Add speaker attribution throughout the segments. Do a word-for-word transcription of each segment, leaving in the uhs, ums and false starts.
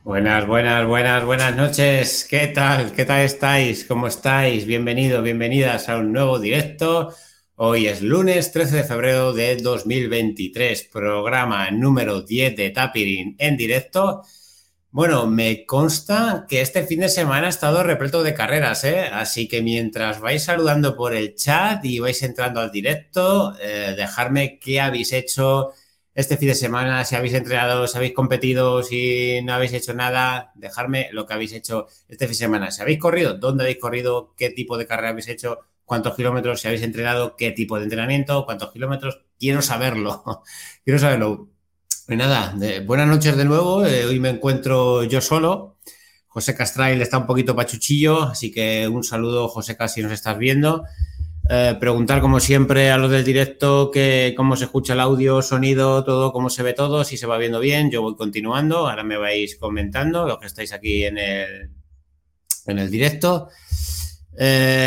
Speaker 1: Buenas, buenas, buenas, buenas noches. ¿Qué tal? ¿Qué tal estáis? ¿Cómo estáis? Bienvenidos, bienvenidas a un nuevo directo. Hoy es lunes trece de febrero de dos mil veintitrés, programa número diez de Tapirin en directo. Bueno, me consta que este fin de semana ha estado repleto de carreras, ¿eh? Así que mientras vais saludando por el chat y vais entrando al directo, eh, dejadme qué habéis hecho este fin de semana, si habéis entrenado, si habéis competido, si no habéis hecho nada, dejarme lo que habéis hecho este fin de semana. Si habéis corrido, dónde habéis corrido, qué tipo de carrera habéis hecho, cuántos kilómetros, si habéis entrenado, qué tipo de entrenamiento, cuántos kilómetros. Quiero saberlo. Quiero saberlo. Pues nada, eh, buenas noches de nuevo. Eh, hoy me encuentro yo solo. José Castrail está un poquito pachuchillo, así que un saludo, José, si nos estás viendo. Eh, preguntar como siempre a los del directo que cómo se escucha el audio, sonido, todo, cómo se ve todo, si se va viendo bien. Yo voy continuando, ahora me vais comentando los que estáis aquí en el, en el directo. Eh,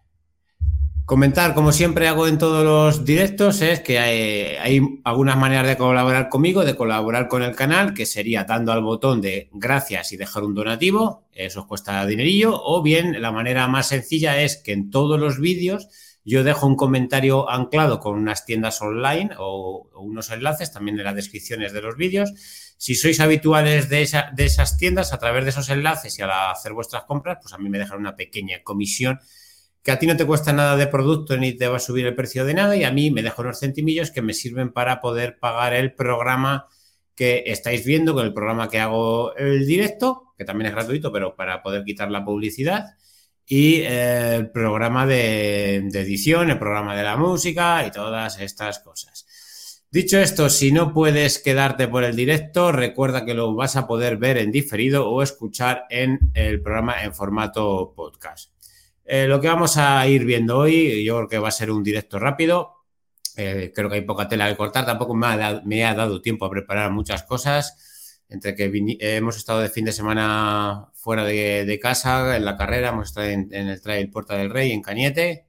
Speaker 1: Comentar, como siempre hago en todos los directos, es que hay, hay algunas maneras de colaborar conmigo, de colaborar con el canal, que sería dando al botón de gracias y dejar un donativo, eso os cuesta dinerillo, o bien la manera más sencilla es que en todos los vídeos yo dejo un comentario anclado con unas tiendas online o, o unos enlaces también en las descripciones de los vídeos. Si sois habituales de, esa, de esas tiendas, a través de esos enlaces y al hacer vuestras compras, pues a mí me dejan una pequeña comisión que a ti no te cuesta nada de producto ni te va a subir el precio de nada, y a mí me dejo unos centimillos que me sirven para poder pagar el programa que estáis viendo, con el programa que hago el directo, que también es gratuito, pero para poder quitar la publicidad, y eh, el programa de, de edición, el programa de la música y todas estas cosas. Dicho esto, si no puedes quedarte por el directo, recuerda que lo vas a poder ver en diferido o escuchar en el programa en formato podcast. Eh, lo que vamos a ir viendo hoy, yo creo que va a ser un directo rápido. Eh, creo que hay poca tela que cortar. Tampoco me ha, dado, me ha dado tiempo a preparar muchas cosas. Entre que eh, hemos estado de fin de semana fuera de, de casa, en la carrera, hemos estado en, en el Trail Puerta del Rey, en Cañete,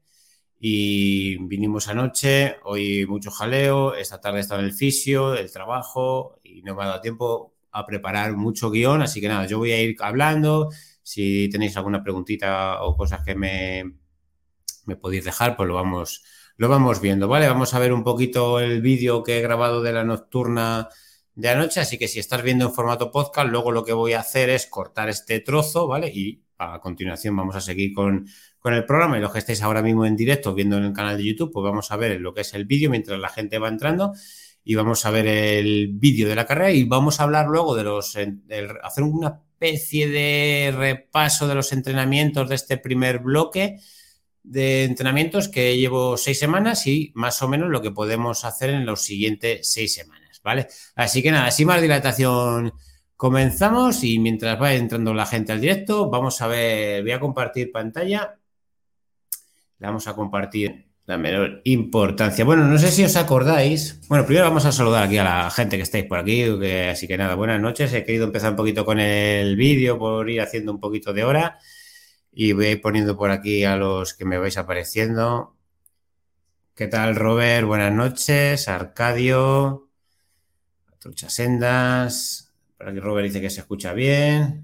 Speaker 1: y vinimos anoche. Hoy mucho jaleo. Esta tarde he estado en el fisio, el trabajo, y no me ha dado tiempo a preparar mucho guión. Así que nada, yo voy a ir hablando. Si tenéis alguna preguntita o cosas que me, me podéis dejar, pues lo vamos, lo vamos viendo, ¿vale? Vamos a ver un poquito el vídeo que he grabado de la nocturna de anoche, así que si estás viendo en formato podcast, luego lo que voy a hacer es cortar este trozo, ¿vale? Y a continuación vamos a seguir con, con el programa, y los que estáis ahora mismo en directo viendo en el canal de YouTube, pues vamos a ver lo que es el vídeo mientras la gente va entrando, y vamos a ver el vídeo de la carrera, y vamos a hablar luego de los, el, hacer una especie de repaso de los entrenamientos de este primer bloque de entrenamientos que llevo seis semanas y más o menos lo que podemos hacer en los siguientes seis semanas, ¿vale? Así que nada, sin más dilatación, comenzamos, y mientras va entrando la gente al directo, vamos a ver, voy a compartir pantalla, la vamos a compartir la menor importancia. Bueno, no sé si os acordáis. Bueno, primero vamos a saludar aquí a la gente que estáis por aquí, que, así que nada, buenas noches. He querido empezar un poquito con el vídeo por ir haciendo un poquito de hora, y voy a ir poniendo por aquí a los que me vais apareciendo. ¿Qué tal, Robert? Buenas noches. Arcadio, Trucha Sendas. Por aquí Robert dice que se escucha bien.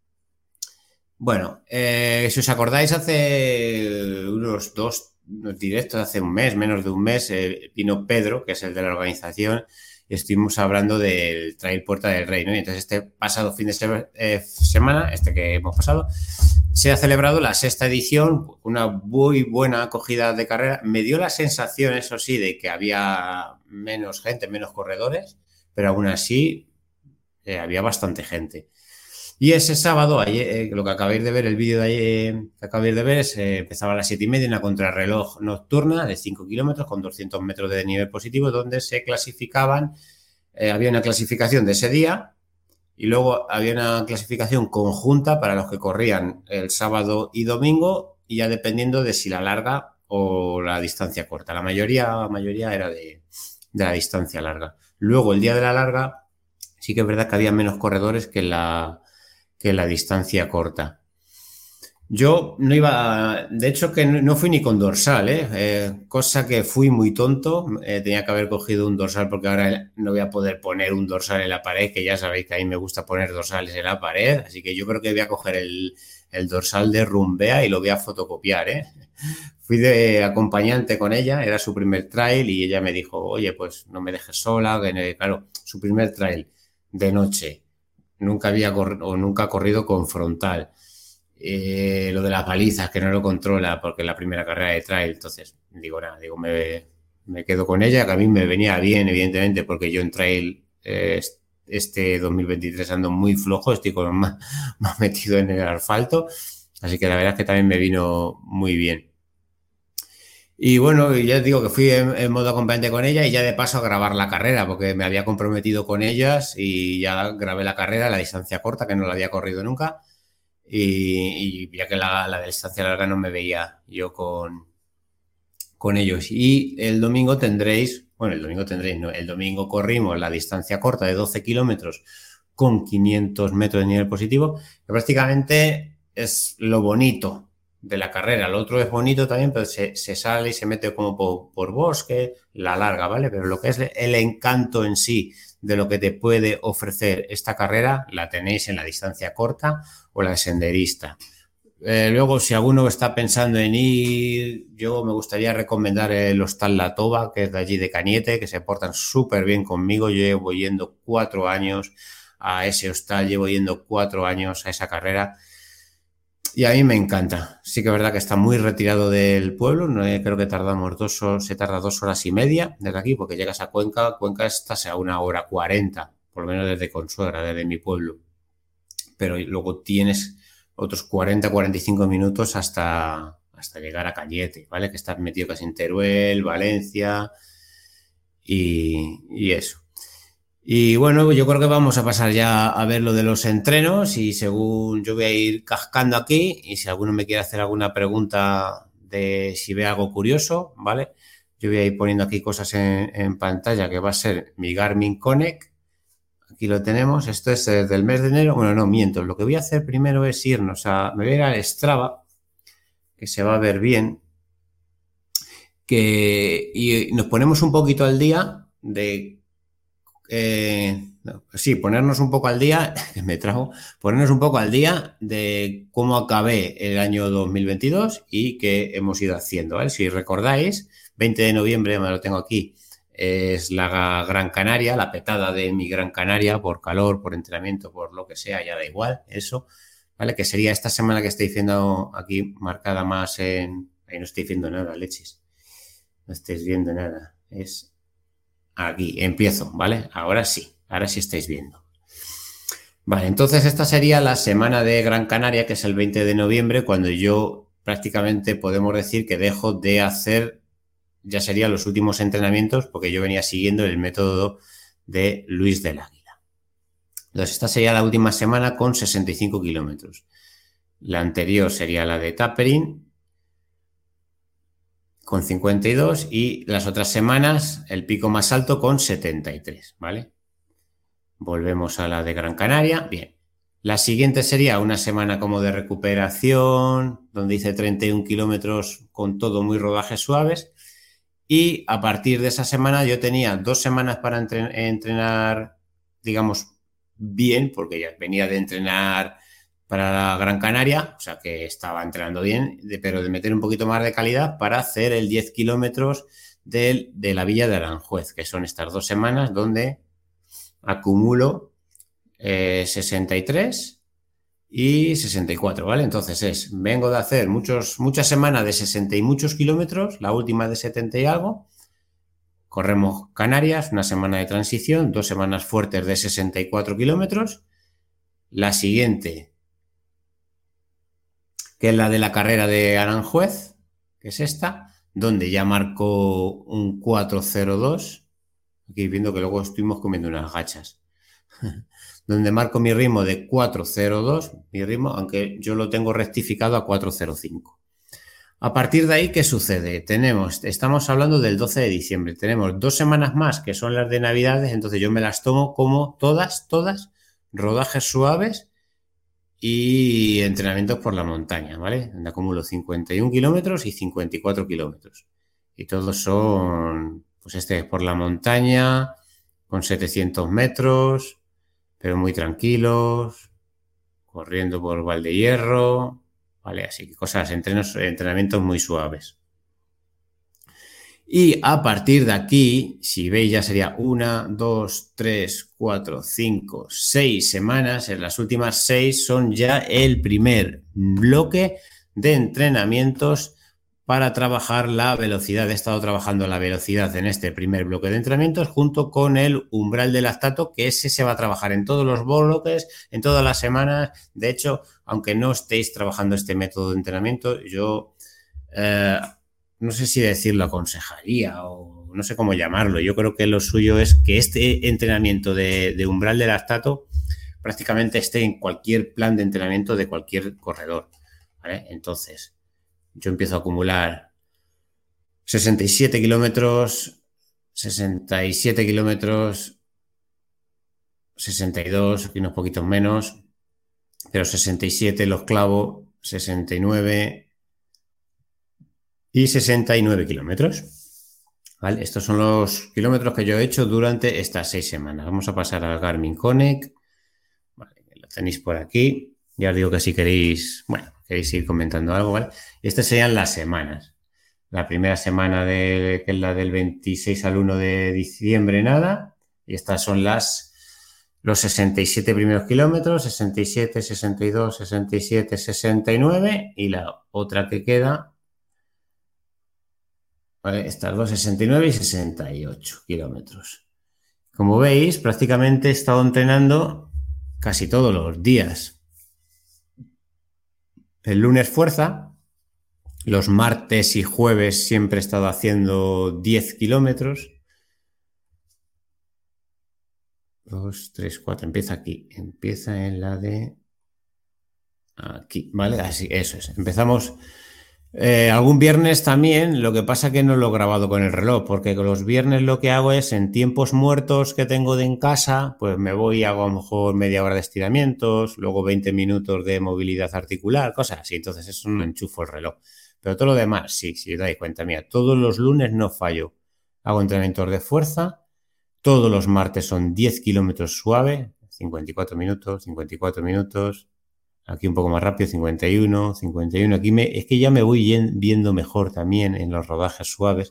Speaker 1: Bueno, eh, si os acordáis, hace unos dos directos, hace un mes, menos de un mes, eh, vino Pedro, que es el de la organización, y estuvimos hablando del Trail Puerta del Rey, ¿no? Y entonces este pasado fin de se eh, semana, este que hemos pasado, se ha celebrado la sexta edición, una muy buena acogida de carrera. Me dio la sensación, eso sí, de que había menos gente, menos corredores, pero aún así eh, había bastante gente. Y ese sábado, ayer, eh, lo que acabáis de ver, el vídeo de ayer que acabáis de ver, es, eh, empezaba a las siete y media, una contrarreloj nocturna de cinco kilómetros con doscientos metros de nivel positivo, donde se clasificaban, eh, había una clasificación de ese día, y luego había una clasificación conjunta para los que corrían el sábado y domingo, y ya dependiendo de si la larga o la distancia corta. La mayoría, la mayoría era de, de la distancia larga. Luego, el día de la larga, sí que es verdad que había menos corredores que la... que la distancia corta. Yo no iba, de hecho que no fui ni con dorsal, ¿eh? Eh, cosa que fui muy tonto, eh, tenía que haber cogido un dorsal porque ahora no voy a poder poner un dorsal en la pared, que ya sabéis que a mí me gusta poner dorsales en la pared, así que yo creo que voy a coger el, el dorsal de Rumbea y lo voy a fotocopiar, ¿eh? Fui de acompañante con ella, era su primer trail y ella me dijo, oye, pues no me dejes sola, que, claro, su primer trail de noche, nunca había corrido o nunca ha corrido con frontal. Eh, lo de las balizas, que no lo controla porque es la primera carrera de trail. Entonces, digo, nada, digo, me, me quedo con ella, que a mí me venía bien, evidentemente, porque yo en trail eh, este dos mil veintitrés ando muy flojo, estoy con más, más metido en el asfalto. Así que la verdad es que también me vino muy bien. Y bueno, ya digo que fui en, en modo acompañante con ella y ya de paso a grabar la carrera, porque me había comprometido con ellas y ya grabé la carrera, la distancia corta, que no la había corrido nunca. Y, y ya que la, la distancia larga no me veía yo con, con ellos. Y el domingo tendréis, bueno, el domingo tendréis, no, el domingo corrimos la distancia corta de doce kilómetros con quinientos metros de nivel positivo, que prácticamente es lo bonito de la carrera. Lo otro es bonito también, pero se, se sale y se mete como por, por bosque, la larga, ¿vale? Pero lo que es el encanto en sí de lo que te puede ofrecer esta carrera, la tenéis en la distancia corta o la senderista. Eh, luego, si alguno está pensando en ir, yo me gustaría recomendar el Hostal La Toba, que es de allí de Cañete, que se portan súper bien conmigo. Yo llevo yendo cuatro años a ese hostal, llevo yendo cuatro años a esa carrera y a mí me encanta. Sí que es verdad que está muy retirado del pueblo, no, eh, creo que tardamos dos horas, se tarda dos horas y media desde aquí, porque llegas a Cuenca, Cuenca estás a una hora cuarenta, por lo menos desde Consuegra, desde mi pueblo. Pero luego tienes otros cuarenta, cuarenta y cinco minutos hasta, hasta llegar a Cañete, ¿vale? Que estás metido casi en Teruel, Valencia y, y eso. Y bueno, yo creo que vamos a pasar ya a ver lo de los entrenos y según yo voy a ir cascando aquí y si alguno me quiere hacer alguna pregunta de si ve algo curioso, ¿vale? Yo voy a ir poniendo aquí cosas en, en pantalla que va a ser mi Garmin Connect. Aquí lo tenemos, esto es del mes de enero. Bueno, no, miento. Lo que voy a hacer primero es irnos a... Me voy a ir al Strava, que se va a ver bien. Que, y nos ponemos un poquito al día de... Eh, no, sí, ponernos un poco al día, que me trago, ponernos un poco al día de cómo acabé el año dos mil veintidós y qué hemos ido haciendo, ¿vale? Si recordáis, veinte de noviembre, me lo tengo aquí, es la Gran Canaria, la petada de mi Gran Canaria, por calor, por entrenamiento, por lo que sea, ya da igual, eso, ¿vale? Que sería esta semana que estoy diciendo aquí, marcada más en... Ahí no estoy diciendo nada, leches. No estáis viendo nada. Es aquí, empiezo, ¿vale? Ahora sí, ahora sí estáis viendo. Vale, entonces esta sería la semana de Gran Canaria, que es el veinte de noviembre, cuando yo prácticamente podemos decir que dejo de hacer... ya serían los últimos entrenamientos porque yo venía siguiendo el método de Luis del Águila. Entonces, esta sería la última semana con sesenta y cinco kilómetros. La anterior sería la de Tapering con cincuenta y dos y las otras semanas el pico más alto con setenta y tres, ¿vale? Volvemos a la de Gran Canaria. Bien. La siguiente sería una semana como de recuperación, donde hice treinta y un kilómetros con todo muy rodajes suaves. Y a partir de esa semana yo tenía dos semanas para entrenar, digamos, bien, porque ya venía de entrenar para la Gran Canaria, o sea que estaba entrenando bien, pero de meter un poquito más de calidad para hacer el diez kilómetros de, de la Villa de Aranjuez, que son estas dos semanas donde acumulo eh, sesenta y tres y sesenta y cuatro, ¿vale? Entonces es, vengo de hacer muchos, muchas semanas de sesenta y muchos kilómetros, la última de setenta y algo, corremos Canarias, una semana de transición, dos semanas fuertes de sesenta y cuatro kilómetros, la siguiente, que es la de la carrera de Aranjuez, que es esta, donde ya marco un cuatro cero dos, aquí viendo que luego estuvimos comiendo unas gachas, donde marco mi ritmo de cuatro cero dos, mi ritmo, aunque yo lo tengo rectificado a cuatro cero cinco. A partir de ahí, ¿qué sucede? Tenemos, estamos hablando del doce de diciembre, tenemos dos semanas más que son las de Navidades, entonces yo me las tomo como todas, todas, rodajes suaves y entrenamientos por la montaña, ¿vale? Donde acumulo cincuenta y un kilómetros y cincuenta y cuatro kilómetros. Y todos son, pues este es por la montaña, con setecientos metros, pero muy tranquilos, corriendo por Valdehierro, ¿vale? Así que cosas, entrenos, entrenamientos muy suaves. Y a partir de aquí, si veis, ya sería una, dos, tres, cuatro, cinco, seis semanas. En las últimas seis son ya el primer bloque de entrenamientos para trabajar la velocidad. He estado trabajando la velocidad en este primer bloque de entrenamientos junto con el umbral de lactato, que ese se va a trabajar en todos los bloques, en todas las semanas. De hecho, aunque no estéis trabajando este método de entrenamiento, yo... Eh, no sé si decirlo aconsejaría o no sé cómo llamarlo. Yo creo que lo suyo es que este entrenamiento de, de umbral de lactato prácticamente esté en cualquier plan de entrenamiento de cualquier corredor, ¿vale? Entonces, yo empiezo a acumular sesenta y siete kilómetros, sesenta y siete kilómetros, sesenta y dos, aquí unos poquitos menos, pero sesenta y siete los clavo, sesenta y nueve y sesenta y nueve kilómetros. ¿Vale? Estos son los kilómetros que yo he hecho durante estas seis semanas. Vamos a pasar al Garmin Connect. Vale, lo tenéis por aquí. Ya os digo que si queréis, bueno, queréis ir comentando algo, ¿vale? Estas serían las semanas. La primera semana, de, que es la del veintiséis al uno de diciembre, nada. Y estas son las los sesenta y siete primeros kilómetros, sesenta y siete, sesenta y dos, sesenta y siete, sesenta y nueve. Y la otra que queda... ¿Vale? Estas dos, sesenta y nueve y sesenta y ocho kilómetros. Como veis, prácticamente he estado entrenando casi todos los días. El lunes fuerza, los martes y jueves siempre he estado haciendo diez kilómetros. dos, tres, cuatro, empieza aquí. Empieza en la de... aquí, ¿vale? Así, eso es. Empezamos... Eh, algún viernes también, lo que pasa que no lo he grabado con el reloj, porque con los viernes lo que hago es en tiempos muertos que tengo de en casa, pues me voy y hago a lo mejor media hora de estiramientos, luego veinte minutos de movilidad articular, cosas así. Entonces eso no enchufo el reloj. Pero todo lo demás, sí, si os dais cuenta, mira, todos los lunes no fallo. Hago entrenamientos de fuerza, todos los martes son diez kilómetros suave, cincuenta y cuatro minutos, cincuenta y cuatro minutos... Aquí un poco más rápido, cincuenta y uno, cincuenta y uno. Aquí me, es que ya me voy viendo mejor también en los rodajes suaves.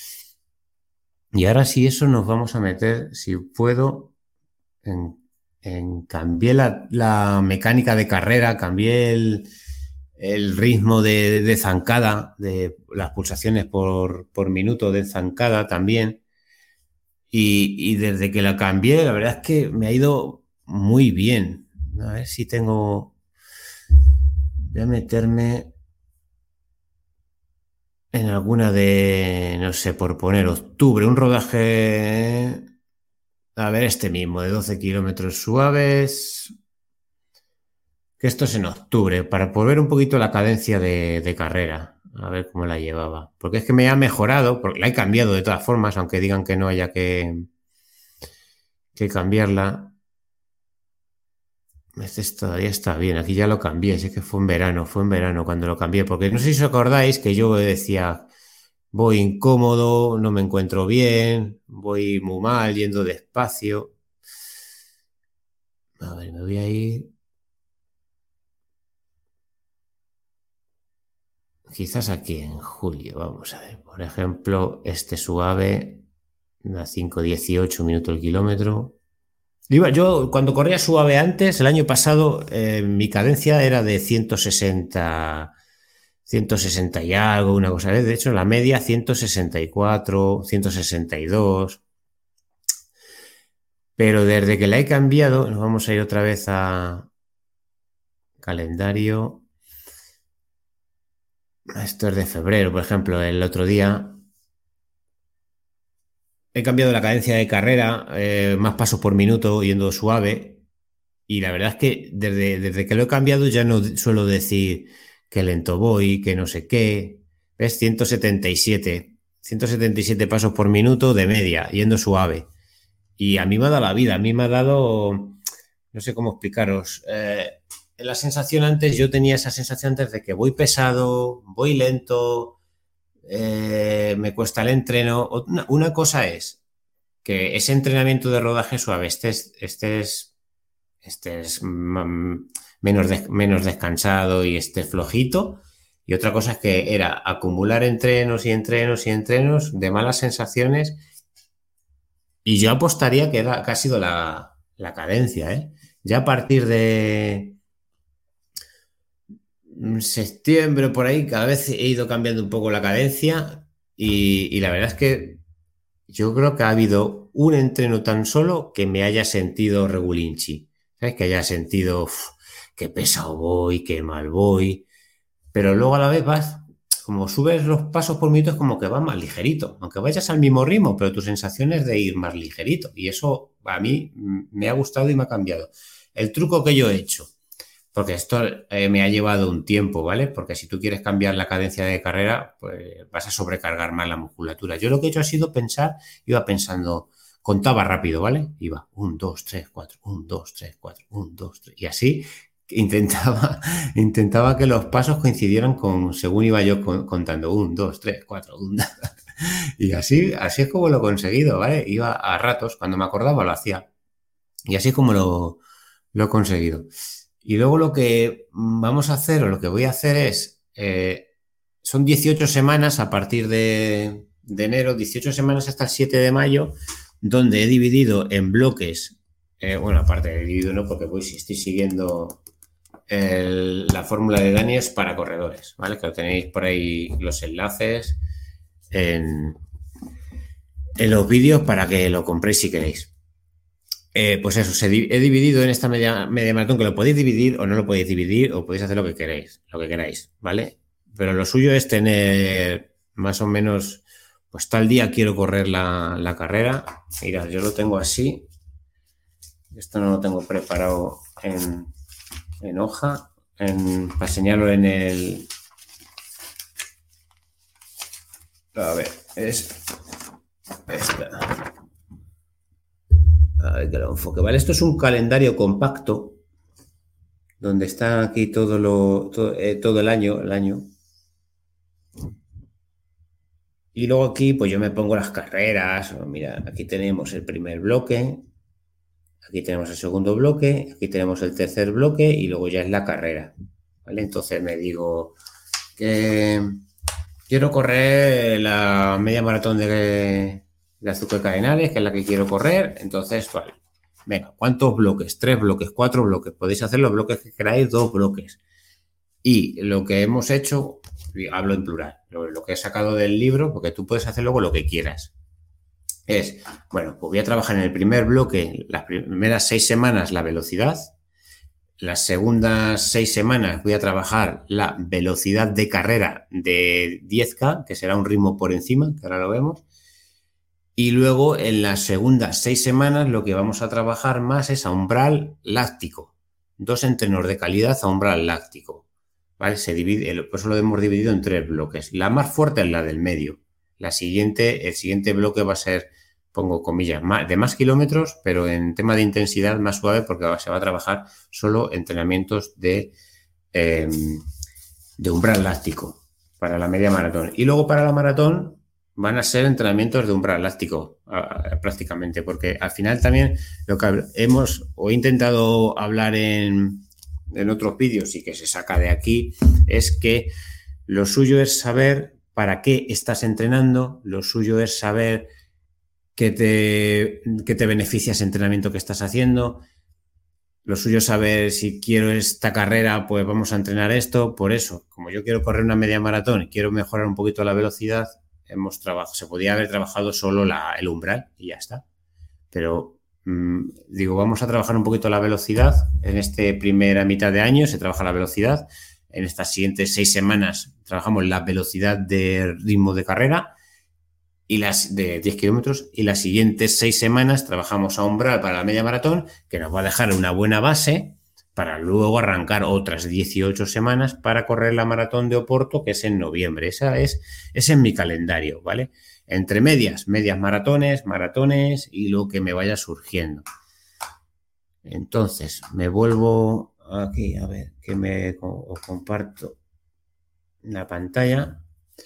Speaker 1: Y ahora sí, eso nos vamos a meter, si puedo, en, en cambié la, la mecánica de carrera, cambié el, el ritmo de, de zancada, de las pulsaciones por, por minuto de zancada también. Y, y desde que la cambié, la verdad es que me ha ido muy bien. A ver si tengo... Voy a meterme en alguna de, no sé, por poner octubre, un rodaje, a ver, este mismo, de doce kilómetros suaves, que esto es en octubre, para poder ver un poquito la cadencia de, de carrera, a ver cómo la llevaba. Porque es que me ha mejorado, porque la he cambiado de todas formas, aunque digan que no haya que, que cambiarla. Este todavía está bien, aquí ya lo cambié, sé que fue en verano, fue en verano cuando lo cambié, porque no sé si os acordáis que yo decía, voy incómodo, no me encuentro bien, voy muy mal, yendo despacio. A ver, me voy a ir... Quizás aquí en julio, vamos a ver, por ejemplo, este suave, a cinco dieciocho minutos el kilómetro. Iba, yo cuando corría suave antes, el año pasado, eh, mi cadencia era de ciento sesenta, ciento sesenta y algo, una cosa. De hecho, la media ciento sesenta y cuatro, ciento sesenta y dos. Pero desde que la he cambiado, nos vamos a ir otra vez a calendario. Esto es de febrero, por ejemplo, el otro día he cambiado la cadencia de carrera, eh, más pasos por minuto, yendo suave. Y la verdad es que desde, desde que lo he cambiado ya no suelo decir que lento voy, que no sé qué. Es ciento setenta y siete. ciento setenta y siete pasos por minuto de media, yendo suave. Y a mí me ha dado la vida, a mí me ha dado, no sé cómo explicaros. Eh, la sensación antes, yo tenía esa sensación antes de que voy pesado, voy lento, eh, me cuesta el entreno. Una, una cosa es que ese entrenamiento de rodaje suave estés, estés, estés mm, menos, de, menos descansado y estés flojito. Y otra cosa es que era acumular entrenos y entrenos y entrenos de malas sensaciones. Y yo apostaría que, era, que ha sido la, la cadencia, ¿eh? Ya a partir de septiembre por ahí, cada vez he ido cambiando un poco la cadencia y, y la verdad es que yo creo que ha habido un entreno tan solo que me haya sentido regulinchi, ¿sabes? Que haya sentido uf, qué pesado voy, qué mal voy, pero luego a la vez vas, como subes los pasos por minuto, es como que vas más ligerito, aunque vayas al mismo ritmo, pero tu sensación es de ir más ligerito y eso a mí me ha gustado y me ha cambiado. El truco que yo he hecho, porque esto eh, me ha llevado un tiempo, ¿vale? Porque si tú quieres cambiar la cadencia de carrera, pues vas a sobrecargar más la musculatura. Yo lo que he hecho ha sido pensar, iba pensando, contaba rápido, ¿vale? Iba un, dos, tres, cuatro, un, dos, tres, cuatro, un, dos, tres, y así intentaba, intentaba que los pasos coincidieran con, según iba yo contando, un, dos, tres, cuatro, un, dos. Y así, así es como lo he conseguido, ¿vale? Iba a ratos, cuando me acordaba lo hacía. Y así es como lo, lo he conseguido. Y luego lo que vamos a hacer, o lo que voy a hacer es, eh, son dieciocho semanas a partir de, de enero, dieciocho semanas hasta el siete de mayo, donde he dividido en bloques, eh, bueno, aparte he dividido no, porque voy, si estoy siguiendo el, la fórmula de Daniels para corredores, ¿vale? Que lo tenéis por ahí los enlaces en, en los vídeos para que lo compréis si queréis. Eh, pues eso, se, he dividido en esta media, media maratón, que lo podéis dividir o no lo podéis dividir, o podéis hacer lo que queréis, lo que queráis, ¿vale? Pero lo suyo es tener más o menos, pues tal día quiero correr la, la carrera. Mirad, yo lo tengo así. Esto no lo tengo preparado en, en hoja, en, para enseñarlo en el... A ver, es esta. A ver que lo enfoque, ¿vale? Esto es un calendario compacto donde está aquí todo lo todo, eh, todo el año, el año. Y luego aquí, pues yo me pongo las carreras. Mira, aquí tenemos el primer bloque, aquí tenemos el segundo bloque, aquí tenemos el tercer bloque y luego ya es la carrera, ¿vale? Entonces me digo que quiero correr la media maratón de de Azúcar Cadenares, que es la que quiero correr. Entonces, vale, venga, ¿cuántos bloques? Tres bloques, cuatro bloques. Podéis hacer los bloques que queráis, dos bloques. Y lo que hemos hecho, hablo en plural, lo, lo que he sacado del libro, porque tú puedes hacer luego lo que quieras, es, bueno, pues voy a trabajar en el primer bloque, las primeras seis semanas, la velocidad. Las segundas seis semanas voy a trabajar la velocidad de carrera de diez K, que será un ritmo por encima, que ahora lo vemos. Y luego en las segundas seis semanas lo que vamos a trabajar más es a umbral láctico. Dos entrenos de calidad a umbral láctico, ¿vale? Se divide, por eso lo hemos dividido en tres bloques. La más fuerte es la del medio. La siguiente, el siguiente bloque va a ser, pongo comillas, de más kilómetros, pero en tema de intensidad más suave, porque se va a trabajar solo entrenamientos de, eh, de umbral láctico para la media maratón. Y luego para la maratón van a ser entrenamientos de umbral láctico prácticamente, porque al final también lo que hemos o he intentado hablar en, en otros vídeos y que se saca de aquí es que lo suyo es saber para qué estás entrenando, lo suyo es saber qué te, qué te beneficia ese entrenamiento que estás haciendo, lo suyo es saber si quiero esta carrera, pues vamos a entrenar esto. Por eso, como yo quiero correr una media maratón y quiero mejorar un poquito la velocidad, hemos trabajado, se podía haber trabajado solo la, el umbral y ya está. Pero mmm, digo, vamos a trabajar un poquito la velocidad. En esta primera mitad de año se trabaja la velocidad. En estas siguientes seis semanas trabajamos la velocidad de ritmo de carrera y las de diez kilómetros. Y las siguientes seis semanas trabajamos a umbral para la media maratón, que nos va a dejar una buena base para luego arrancar otras dieciocho semanas para correr la maratón de Oporto, que es en noviembre. Esa es, ese es mi calendario, ¿vale? Entre medias, medias maratones, maratones y lo que me vaya surgiendo. Entonces, me vuelvo aquí, a ver, que me os comparto la pantalla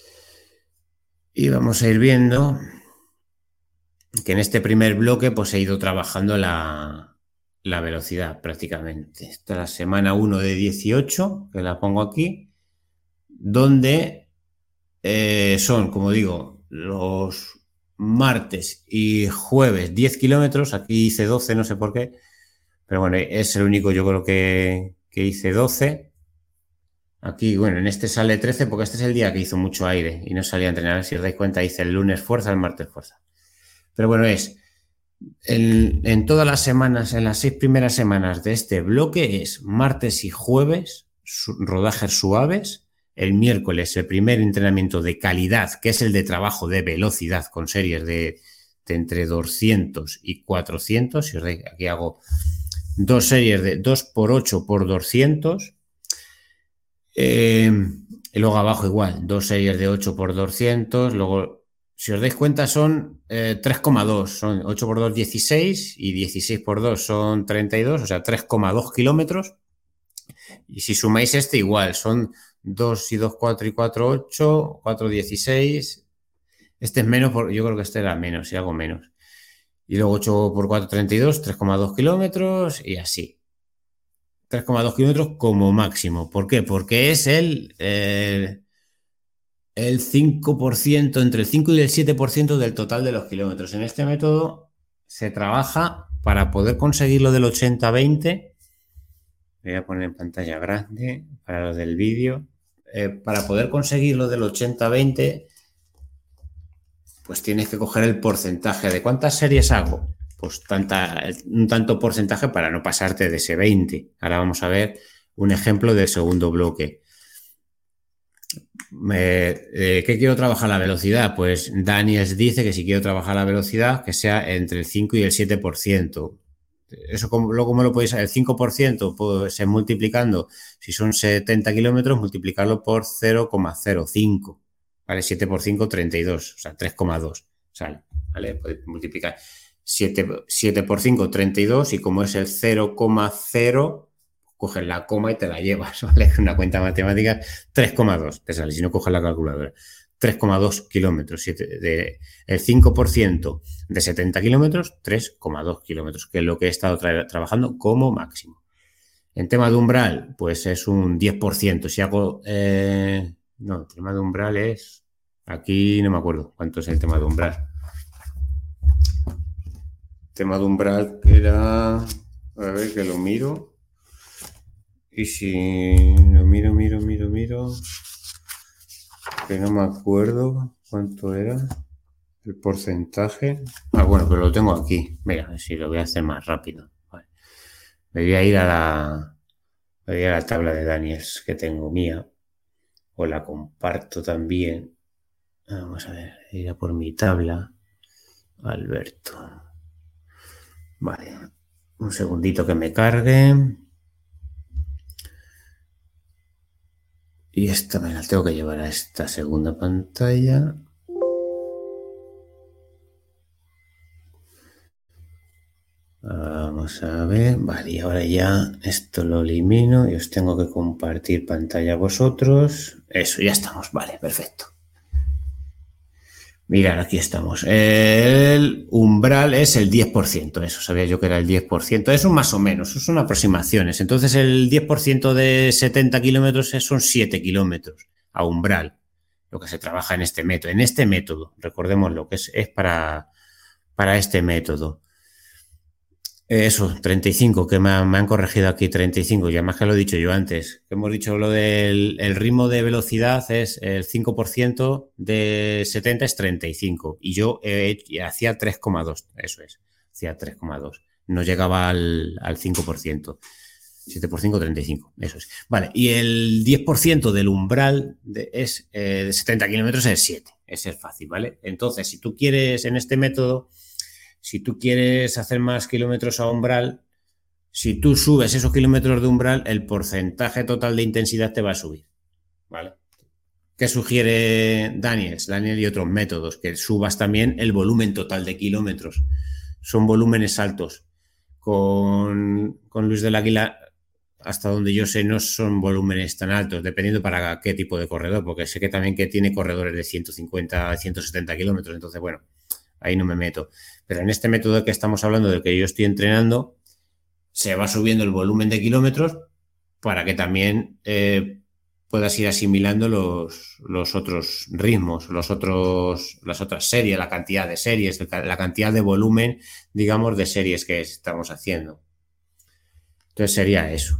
Speaker 1: y vamos a ir viendo que en este primer bloque pues he ido trabajando la, la velocidad prácticamente. Esta es la semana uno de dieciocho, que la pongo aquí, donde eh, son, como digo, los martes y jueves diez kilómetros. Aquí hice doce, no sé por qué, pero bueno, es el único, yo creo que, que hice doce. Aquí, bueno, en este sale trece porque este es el día que hizo mucho aire y no salía a entrenar. Si os dais cuenta, hice el lunes fuerza, el martes fuerza. Pero bueno, es en, en todas las semanas, en las seis primeras semanas de este bloque, es martes y jueves, su, rodajes suaves. El miércoles, el primer entrenamiento de calidad, que es el de trabajo de velocidad con series de, de entre doscientos y cuatrocientos. Si os dais, aquí hago dos series de dos por ocho por doscientos. Eh, y luego abajo igual, dos series de ocho por doscientos. Luego, si os dais cuenta, son eh, tres coma dos. Son ocho por dos, dieciséis. Y dieciséis por dos son treinta y dos. O sea, tres coma dos kilómetros. Y si sumáis este, igual, son dos y dos, cuatro y cuatro, ocho, cuatro, dieciséis. Este es menos, yo creo que este era menos, y algo menos. Y luego ocho por cuatro, treinta y dos, tres coma dos kilómetros y así. tres coma dos kilómetros como máximo. ¿Por qué? Porque es el, eh, el cinco por ciento, entre el cinco y el siete por ciento del total de los kilómetros. En este método se trabaja para poder conseguir lo del ochenta veinte. Voy a poner en pantalla grande para lo del vídeo. Eh, para poder conseguir lo del ochenta veinte, pues tienes que coger el porcentaje. ¿De cuántas series hago? Pues tanta, un tanto porcentaje para no pasarte de ese veinte. Ahora vamos a ver un ejemplo del segundo bloque. Eh, eh, ¿Qué quiero trabajar? La velocidad. Pues Daniels dice que si quiero trabajar la velocidad, que sea entre el cinco y el siete por ciento. Eso, ¿cómo, cómo lo podéis saber? El cinco por ciento pues es multiplicando, si son setenta kilómetros, multiplicarlo por cero coma cero cinco. ¿Vale? siete por cinco, treinta y dos. O sea, tres coma dos. Sale. ¿Vale? Podéis multiplicar siete, siete por cinco, treinta y dos. Y como es el cero coma cero, coges la coma y te la llevas. ¿Vale? Una cuenta matemática, tres coma dos te sale, si no coges la calculadora. tres coma dos kilómetros. De, el cinco por ciento de setenta kilómetros, tres coma dos kilómetros, que es lo que he estado tra trabajando como máximo. En tema de umbral, pues es un diez por ciento. Si hago... Eh, no, el tema de umbral es... Aquí no me acuerdo cuánto es el tema de umbral. El tema de umbral era... A ver, que lo miro. Y si lo miro, miro, miro, miro... Que no me acuerdo cuánto era el porcentaje. Ah, bueno, pero lo tengo aquí. Mira, si lo voy a hacer más rápido. Vale. Me voy a ir a la, me voy a la tabla de Daniels que tengo mía. O la comparto también. Vamos a ver, ir a por mi tabla. Alberto. Vale. Un segundito que me cargue. Y esta me la tengo que llevar a esta segunda pantalla. Vamos a ver. Vale, y ahora ya esto lo elimino y os tengo que compartir pantalla a vosotros. Eso, ya estamos. Vale, perfecto. Mirad, aquí estamos. El umbral es el diez por ciento. Eso, sabía yo que era el diez por ciento. Es un más o menos, son aproximaciones. Entonces el diez por ciento de setenta kilómetros son siete kilómetros a umbral. Lo que se trabaja en este método. En este método, recordemos lo que es, es para, para este método. Eso, treinta y cinco, que me, ha, me han corregido aquí, treinta y cinco, y además que lo he dicho yo antes, que hemos dicho lo del el ritmo de velocidad es el cinco por ciento de setenta es treinta y cinco, y yo eh, hacía tres coma dos, eso es, hacía tres coma dos, no llegaba al, al cinco por ciento, siete por cinco, treinta y cinco, eso es. Vale, y el diez por ciento del umbral de, es, eh, de setenta kilómetros es siete, ese es fácil, ¿vale? Entonces, si tú quieres en este método... Si tú quieres hacer más kilómetros a umbral, si tú subes esos kilómetros de umbral, el porcentaje total de intensidad te va a subir, ¿vale? ¿Qué sugiere Daniels? Daniel y otros métodos, que subas también el volumen total de kilómetros. Son volúmenes altos. Con, con Luis del Águila hasta donde yo sé, no son volúmenes tan altos, dependiendo para qué tipo de corredor, porque sé que también que tiene corredores de ciento cincuenta, ciento setenta kilómetros, entonces, bueno, ahí no me meto. Pero en este método que estamos hablando, del que yo estoy entrenando, se va subiendo el volumen de kilómetros para que también eh, puedas ir asimilando los, los otros ritmos, los otros, las otras series, la cantidad de series, la cantidad de volumen, digamos, de series que estamos haciendo. Entonces sería eso.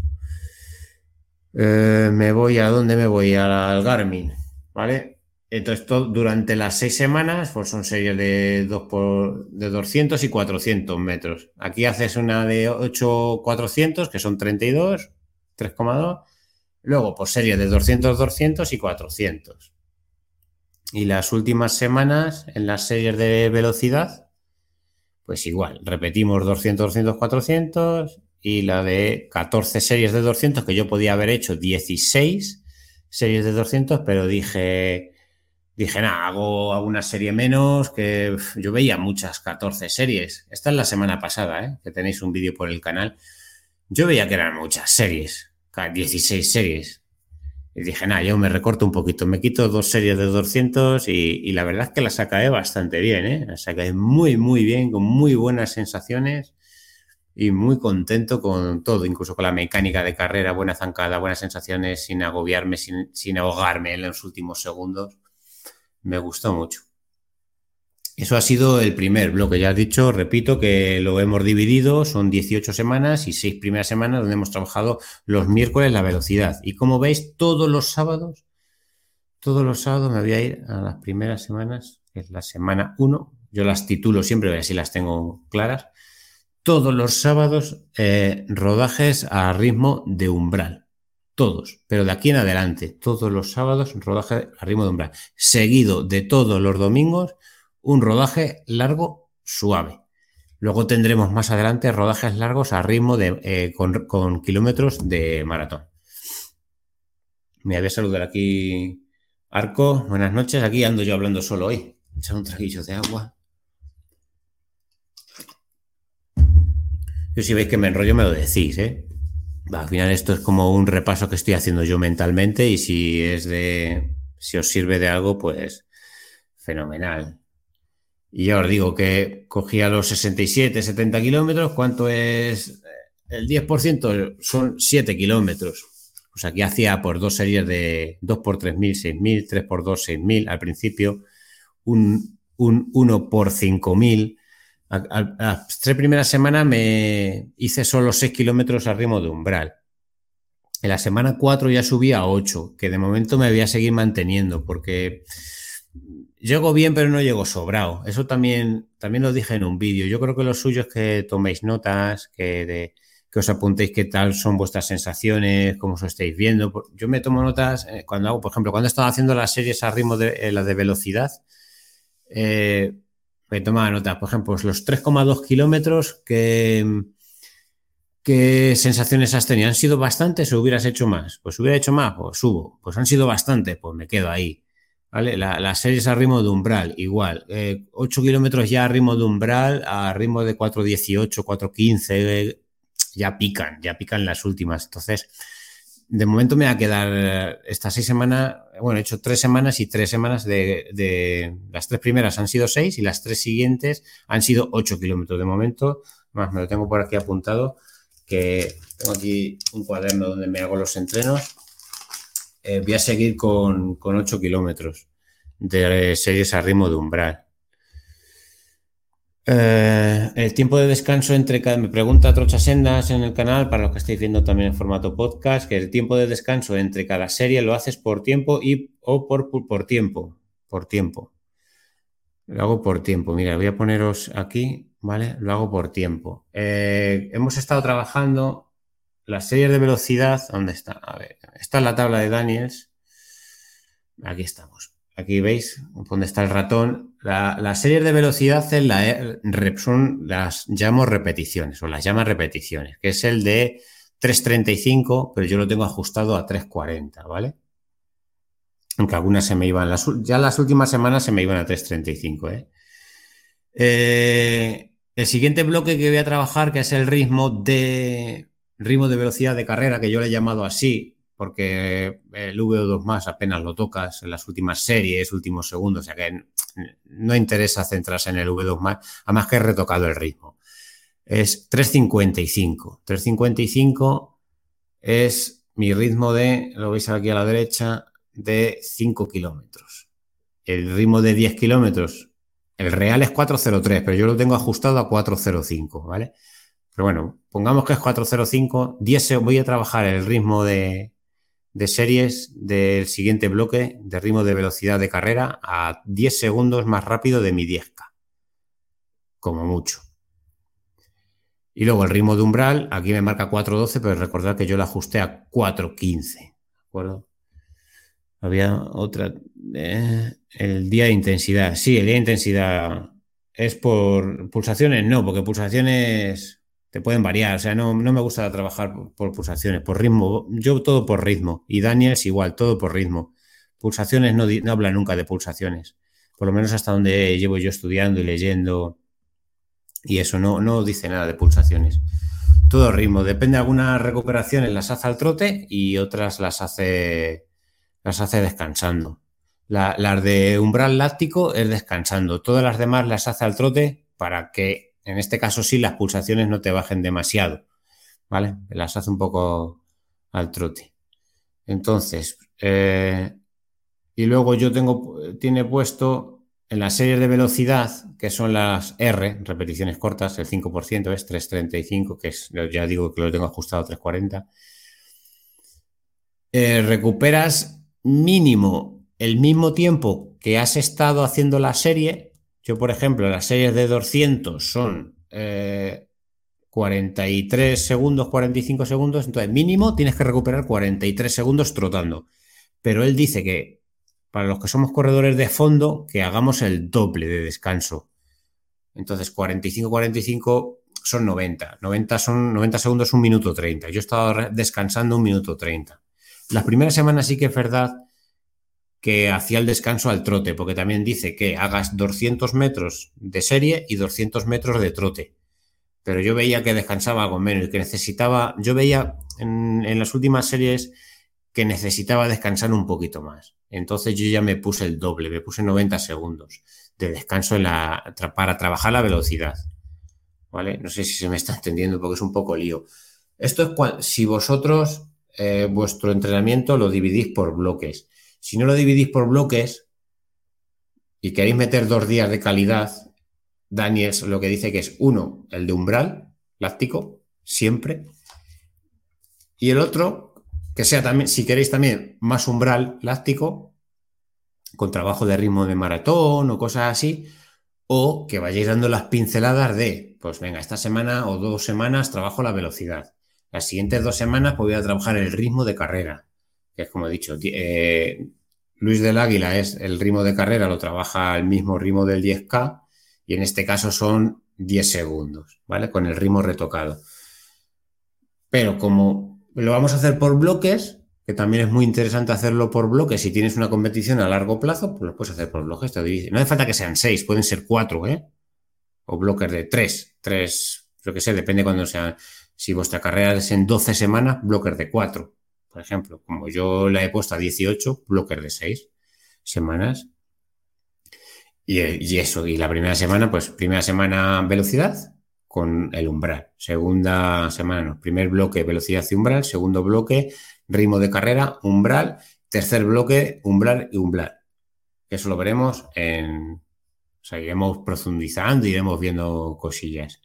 Speaker 1: Eh, me voy a dónde me voy al Garmin, ¿vale? Entonces todo, durante las seis semanas pues son series de, dos por, de doscientos y cuatrocientos metros. Aquí haces una de ocho cuatrocientos, que son treinta y dos, tres coma dos. Luego pues series de doscientos, doscientos y cuatrocientos. Y las últimas semanas en las series de velocidad, pues igual, repetimos doscientos, doscientos, cuatrocientos. Y la de catorce series de doscientos, que yo podía haber hecho dieciséis series de doscientos, pero dije, dije, nada, hago alguna serie menos, que uf, yo veía muchas catorce series. Esta es la semana pasada, ¿eh? Que tenéis un vídeo por el canal. Yo veía que eran muchas series, dieciséis series. Y dije, nada, yo me recorto un poquito, me quito dos series de doscientos y, y la verdad es que la saqué bastante bien, ¿eh? La saqué muy, muy bien, con muy buenas sensaciones. Y muy contento con todo, incluso con la mecánica de carrera, buena zancada, buenas sensaciones, sin agobiarme, sin, sin ahogarme en los últimos segundos. Me gustó mucho. Eso ha sido el primer bloque. Ya has dicho, repito, que lo hemos dividido, son dieciocho semanas y seis primeras semanas donde hemos trabajado los miércoles la velocidad. Y como veis, todos los sábados, todos los sábados me voy a ir a las primeras semanas, que es la semana uno. Yo las titulo siempre, así las tengo claras. Todos los sábados eh, rodajes a ritmo de umbral. Todos, pero de aquí en adelante, todos los sábados rodaje a ritmo de umbral. Seguido de todos los domingos, un rodaje largo, suave. Luego tendremos más adelante rodajes largos a ritmo de eh, con, con kilómetros de maratón. Me voy a saludar aquí, Arco. Buenas noches. Aquí ando yo hablando solo hoy. Echar un traguillo de agua. Yo si veis que me enrollo me lo decís, ¿eh? Al final esto es como un repaso que estoy haciendo yo mentalmente y si es de... si os sirve de algo, pues fenomenal. Y ya os digo que cogía los sesenta y siete, setenta kilómetros. ¿Cuánto es? El diez por ciento son siete kilómetros. Pues aquí hacía por dos series de dos por tres mil, seis mil, tres por dos, seis mil al principio, un, un uno por cinco mil. A, a, a las tres primeras semanas me hice solo seis kilómetros a ritmo de umbral. En la semana cuatro ya subí a ocho, que de momento me voy a seguir manteniendo porque llego bien pero no llego sobrado. Eso también, también lo dije en un vídeo. Yo creo que lo suyo es que toméis notas, que, de, que os apuntéis qué tal son vuestras sensaciones, cómo os estáis viendo. Yo me tomo notas cuando hago, por ejemplo, cuando he estado haciendo las series a ritmo de eh, la de velocidad, eh, me tomaba notas, por ejemplo, los tres coma dos kilómetros, ¿qué, ¿qué sensaciones has tenido? ¿Han sido bastantes o hubieras hecho más? Pues hubiera hecho más, pues subo. Pues han sido bastantes, pues me quedo ahí. ¿Vale? La, las series a ritmo de umbral, igual. Eh, ocho kilómetros ya a ritmo de umbral, a ritmo de cuatro dieciocho, cuatro quince, eh, ya pican, ya pican las últimas. Entonces, de momento me va a quedar estas seis semanas, bueno, he hecho tres semanas y tres semanas de, de las tres primeras han sido seis y las tres siguientes han sido ocho kilómetros de momento. Más me lo tengo por aquí apuntado, que tengo aquí un cuaderno donde me hago los entrenos. Eh, voy a seguir con, con ocho kilómetros de series a ritmo de umbral. Eh, el tiempo de descanso entre cada... Me pregunta Trocha Sendas en el canal, para los que estáis viendo también en formato podcast, que el tiempo de descanso entre cada serie lo haces por tiempo y o por, por, por tiempo. Por tiempo. Lo hago por tiempo. Mira, voy a poneros aquí, ¿vale? Lo hago por tiempo. Eh, hemos estado trabajando las series de velocidad. ¿Dónde está? A ver, está en la tabla de Daniels. Aquí estamos. Aquí veis dónde está el ratón. La, las series de velocidad en la, son las llamo repeticiones o las llama repeticiones, que es el de tres treinta y cinco, pero yo lo tengo ajustado a tres cuarenta, ¿vale? Aunque algunas se me iban, las, ya las últimas semanas se me iban a tres treinta y cinco, ¿eh? Eh, el siguiente bloque que voy a trabajar, que es el ritmo de, ritmo de velocidad de carrera, que yo le he llamado así, porque el V O dos más apenas lo tocas en las últimas series, últimos segundos, o sea que no interesa centrarse en el V O dos más, además que he retocado el ritmo. Es tres cincuenta y cinco. tres cincuenta y cinco es mi ritmo de, lo veis aquí a la derecha, de cinco kilómetros. El ritmo de diez kilómetros, el real es cuatro cero tres, pero yo lo tengo ajustado a cuatro cero cinco, ¿vale? Pero bueno, pongamos que es cuatro cero cinco, diez, voy a trabajar el ritmo de, de series del siguiente bloque de ritmo de velocidad de carrera a diez segundos más rápido de mi diez K, como mucho. Y luego el ritmo de umbral, aquí me marca cuatro doce, pero recordad que yo lo ajusté a cuatro quince, ¿de acuerdo? Había otra, eh, el día de intensidad. Sí, el día de intensidad es por pulsaciones, no, porque pulsaciones te pueden variar, o sea, no, no me gusta trabajar por, por pulsaciones, por ritmo, yo todo por ritmo, y Daniel es igual, todo por ritmo. Pulsaciones no, no habla nunca de pulsaciones, por lo menos hasta donde llevo yo estudiando y leyendo, y eso no, no dice nada de pulsaciones. Todo ritmo, depende de algunas recuperaciones las hace al trote y otras las hace, las hace descansando. La, las de umbral láctico es descansando, todas las demás las hace al trote para que, en este caso sí, las pulsaciones no te bajen demasiado, ¿vale? Las hace un poco al trote. Entonces, eh, y luego yo tengo, tiene puesto en las series de velocidad, que son las R, repeticiones cortas, el cinco por ciento es tres treinta y cinco, que es, ya digo que lo tengo ajustado a tres cuarenta. Eh, recuperas mínimo el mismo tiempo que has estado haciendo la serie. Yo, por ejemplo, las series de doscientos son eh, cuarenta y tres segundos, cuarenta y cinco segundos, entonces mínimo tienes que recuperar cuarenta y tres segundos trotando. Pero él dice que para los que somos corredores de fondo, que hagamos el doble de descanso. Entonces, cuarenta y cinco, cuarenta y cinco son noventa. noventa, son, noventa segundos, un minuto treinta. Yo he estado descansando un minuto treinta. Las primeras semanas sí que es verdad que hacía el descanso al trote, porque también dice que hagas doscientos metros de serie y doscientos metros de trote. Pero yo veía que descansaba algo menos y que necesitaba, yo veía en, en las últimas series que necesitaba descansar un poquito más. Entonces yo ya me puse el doble, me puse noventa segundos de descanso en la, para trabajar la velocidad, ¿vale? No sé si se me está entendiendo porque es un poco lío. Esto es cuando, si vosotros eh, vuestro entrenamiento lo dividís por bloques. Si no lo dividís por bloques y queréis meter dos días de calidad, Daniel lo que dice que es uno, el de umbral láctico, siempre, y el otro, que sea también, si queréis también más umbral láctico, con trabajo de ritmo de maratón o cosas así, o que vayáis dando las pinceladas de, pues venga, esta semana o dos semanas trabajo la velocidad, las siguientes dos semanas pues voy a trabajar el ritmo de carrera, que es como he dicho, eh, Luis del Águila es el ritmo de carrera, lo trabaja al mismo ritmo del diez K, y en este caso son diez segundos, ¿vale? Con el ritmo retocado. Pero como lo vamos a hacer por bloques, que también es muy interesante hacerlo por bloques, si tienes una competición a largo plazo, pues lo puedes hacer por bloques. Te dice. No hace falta que sean seis, pueden ser cuatro, ¿eh? O bloques de tres, tres, lo que sé, depende cuando sean. Si vuestra carrera es en doce semanas, bloques de cuatro, por ejemplo. Como yo la he puesto a dieciocho, bloques de seis semanas. Y, y eso, y la primera semana, pues primera semana velocidad con el umbral. Segunda semana, no, primer bloque velocidad y umbral, segundo bloque ritmo de carrera, umbral, tercer bloque umbral y umbral. Eso lo veremos en... O sea, iremos profundizando, iremos viendo cosillas.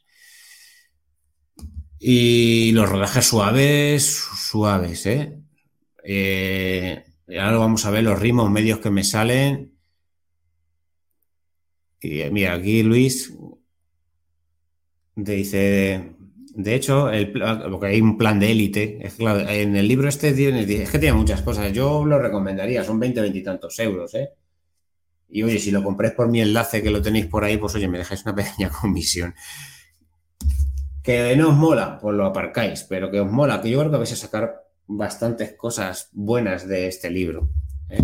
Speaker 1: Y los rodajes suaves, suaves, ¿eh? eh ahora vamos a ver los ritmos medios que me salen. Y mira, aquí Luis dice, de hecho, el, porque hay un plan de élite, es claro, en el libro este es que tiene muchas cosas, yo lo recomendaría, son veinte, veinte y tantos euros, ¿eh? Y oye, si lo compréis por mi enlace que lo tenéis por ahí, pues oye, me dejáis una pequeña comisión. Que no os mola, pues lo aparcáis, pero que os mola, que yo creo que vais a sacar bastantes cosas buenas de este libro, ¿eh?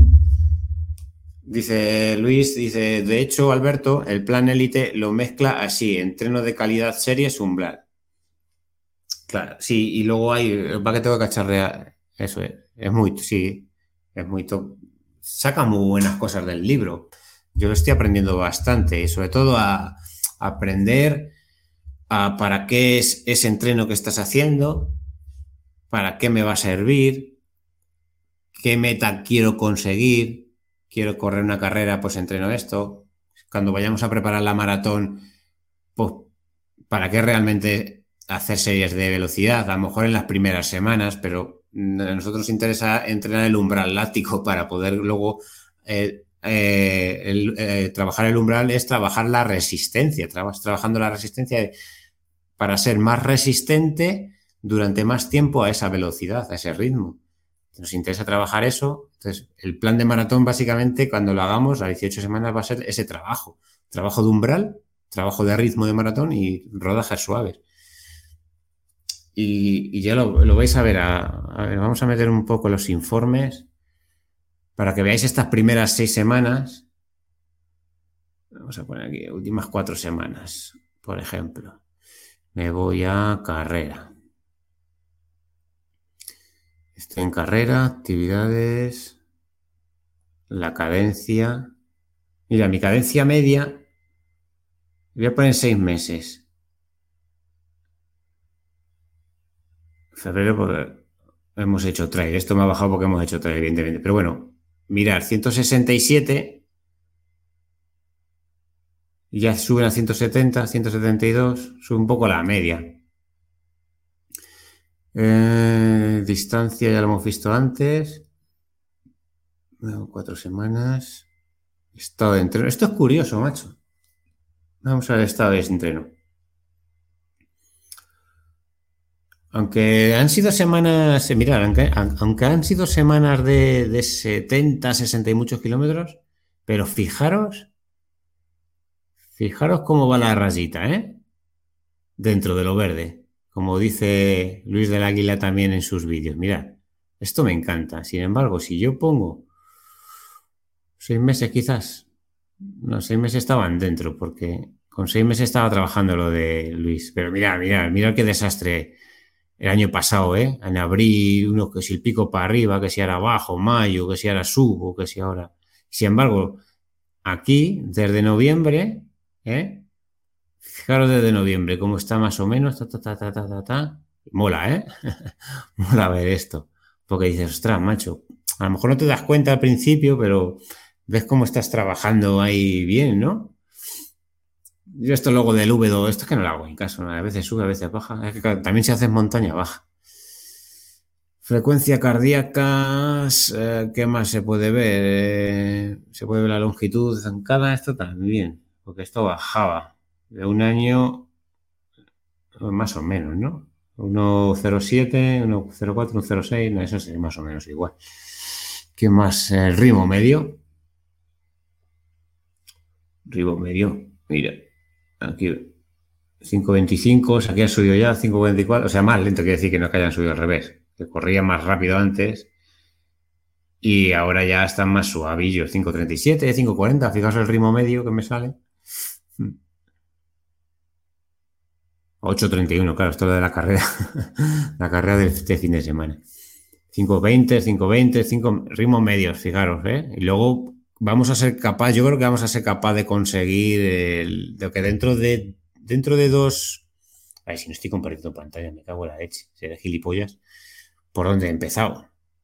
Speaker 1: Dice Luis, dice, de hecho, Alberto, el plan élite lo mezcla así, entreno de calidad series umbral. Claro, sí, y luego hay, va que tengo que cacharrear, eso es, es muy, sí, es muy top. Saca muy buenas cosas del libro. Yo lo estoy aprendiendo bastante, y sobre todo a, a aprender a para qué es ese entreno que estás haciendo, para qué me va a servir, qué meta quiero conseguir, quiero correr una carrera, pues entreno esto. Cuando vayamos a preparar la maratón, pues para qué realmente hacer series de velocidad, a lo mejor en las primeras semanas, pero mm, a nosotros nos interesa entrenar el umbral láctico para poder luego eh, eh, el, eh, trabajar el umbral es trabajar la resistencia, trabas trabajando la resistencia para ser más resistente durante más tiempo a esa velocidad, a ese ritmo. Nos interesa trabajar eso. Entonces, el plan de maratón, básicamente, cuando lo hagamos a dieciocho semanas, va a ser ese trabajo. Trabajo de umbral, trabajo de ritmo de maratón y rodajes suaves. Y, y ya lo, lo, vais a ver, a, a ver. Vamos a meter un poco los informes para que veáis estas primeras seis semanas. Vamos a poner aquí, últimas cuatro semanas, por ejemplo. Me voy a carrera. Estoy en carrera, actividades, la cadencia. Mira, mi cadencia media, voy a poner seis meses. Febrero, porque hemos hecho trail. Esto me ha bajado porque hemos hecho trail, evidentemente. Pero bueno, mirar, ciento sesenta y siete, ya suben a ciento setenta, ciento setenta y dos, sube un poco la media. Eh, distancia ya lo hemos visto antes. Bueno, cuatro semanas. Estado de entreno. Esto es curioso, macho. Vamos al estado de entreno. Aunque han sido semanas, eh, mirad, aunque, aunque han sido semanas de, de setenta, sesenta y muchos kilómetros, pero fijaros, fijaros cómo va la rayita, ¿eh? Dentro de lo verde, como dice Luis del Águila también en sus vídeos. Mirad, esto me encanta. Sin embargo, si yo pongo seis meses quizás, no, seis meses estaban dentro, porque con seis meses estaba trabajando lo de Luis. Pero mirad, mirad, mirad qué desastre. El año pasado, ¿eh? En abril, uno que si el pico para arriba, que si ahora abajo, mayo, que si ahora subo, que si ahora. Sin embargo, aquí, desde noviembre, ¿eh? Fijaros desde noviembre, cómo está más o menos, ta, ta, ta, ta, ta, ta, ta. Mola, ¿eh? Mola ver esto. Porque dices, ostras, macho, a lo mejor no te das cuenta al principio, pero ves cómo estás trabajando ahí bien, ¿no? Yo esto luego del V dos, esto es que no lo hago en caso, ¿no? A veces sube, a veces baja. Es que también si haces montaña, baja. Frecuencia cardíacas, eh, ¿qué más se puede ver? Eh, se puede ver la longitud zancada, esto también, porque esto bajaba de un año más o menos, ¿no? uno coma cero siete, uno coma cero cuatro, uno coma cero seis, no, eso es más o menos igual. ¿Qué más? El ritmo medio. Ritmo medio, mira, aquí cinco veinticinco, o sea, aquí han subido ya cinco veinticuatro, o sea, más lento, quiere decir que no que hayan subido al revés, que corría más rápido antes y ahora ya están más suavillos, cinco treinta y siete, cinco cuarenta, fijaos el ritmo medio que me sale. ocho treinta y uno, claro, esto es de la carrera, la carrera de este fin de semana. cinco veinte, cinco veinte, cinco ritmos medios, fijaros, ¿eh? Y luego vamos a ser capaz, yo creo que vamos a ser capaz de conseguir el, de que dentro de dentro de dos. A ver, si no estoy compartiendo pantalla, me cago en la leche, seré gilipollas. ¿Por dónde he empezado?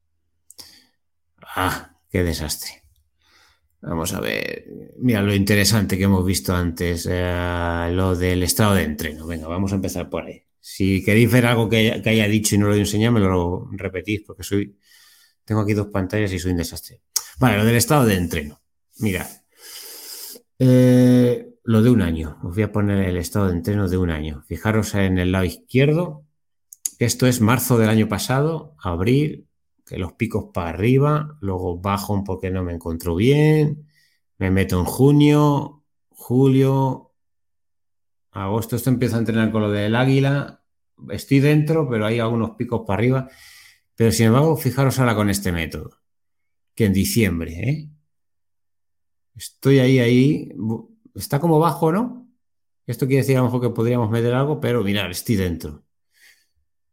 Speaker 1: Ah, qué desastre. Vamos a ver. Mira, lo interesante que hemos visto antes, eh, lo del estado de entreno. Venga, vamos a empezar por ahí. Si queréis ver algo que haya, que haya dicho y no lo he enseñado, me lo repetís, porque soy. Tengo aquí dos pantallas y soy un desastre. Vale, lo del estado de entreno. Mira, eh, lo de un año. Os voy a poner el estado de entreno de un año. Fijaros en el lado izquierdo. Esto es marzo del año pasado, abril, que los picos para arriba, luego bajo porque no me encuentro bien, me meto en junio, julio, agosto. Esto empieza a entrenar con lo del águila. Estoy dentro, pero hay algunos picos para arriba. Pero sin embargo, fijaros ahora con este método, que en diciembre, ¿eh? Estoy ahí, ahí, está como bajo, ¿no? Esto quiere decir a lo mejor que podríamos meter algo, pero mirad, estoy dentro.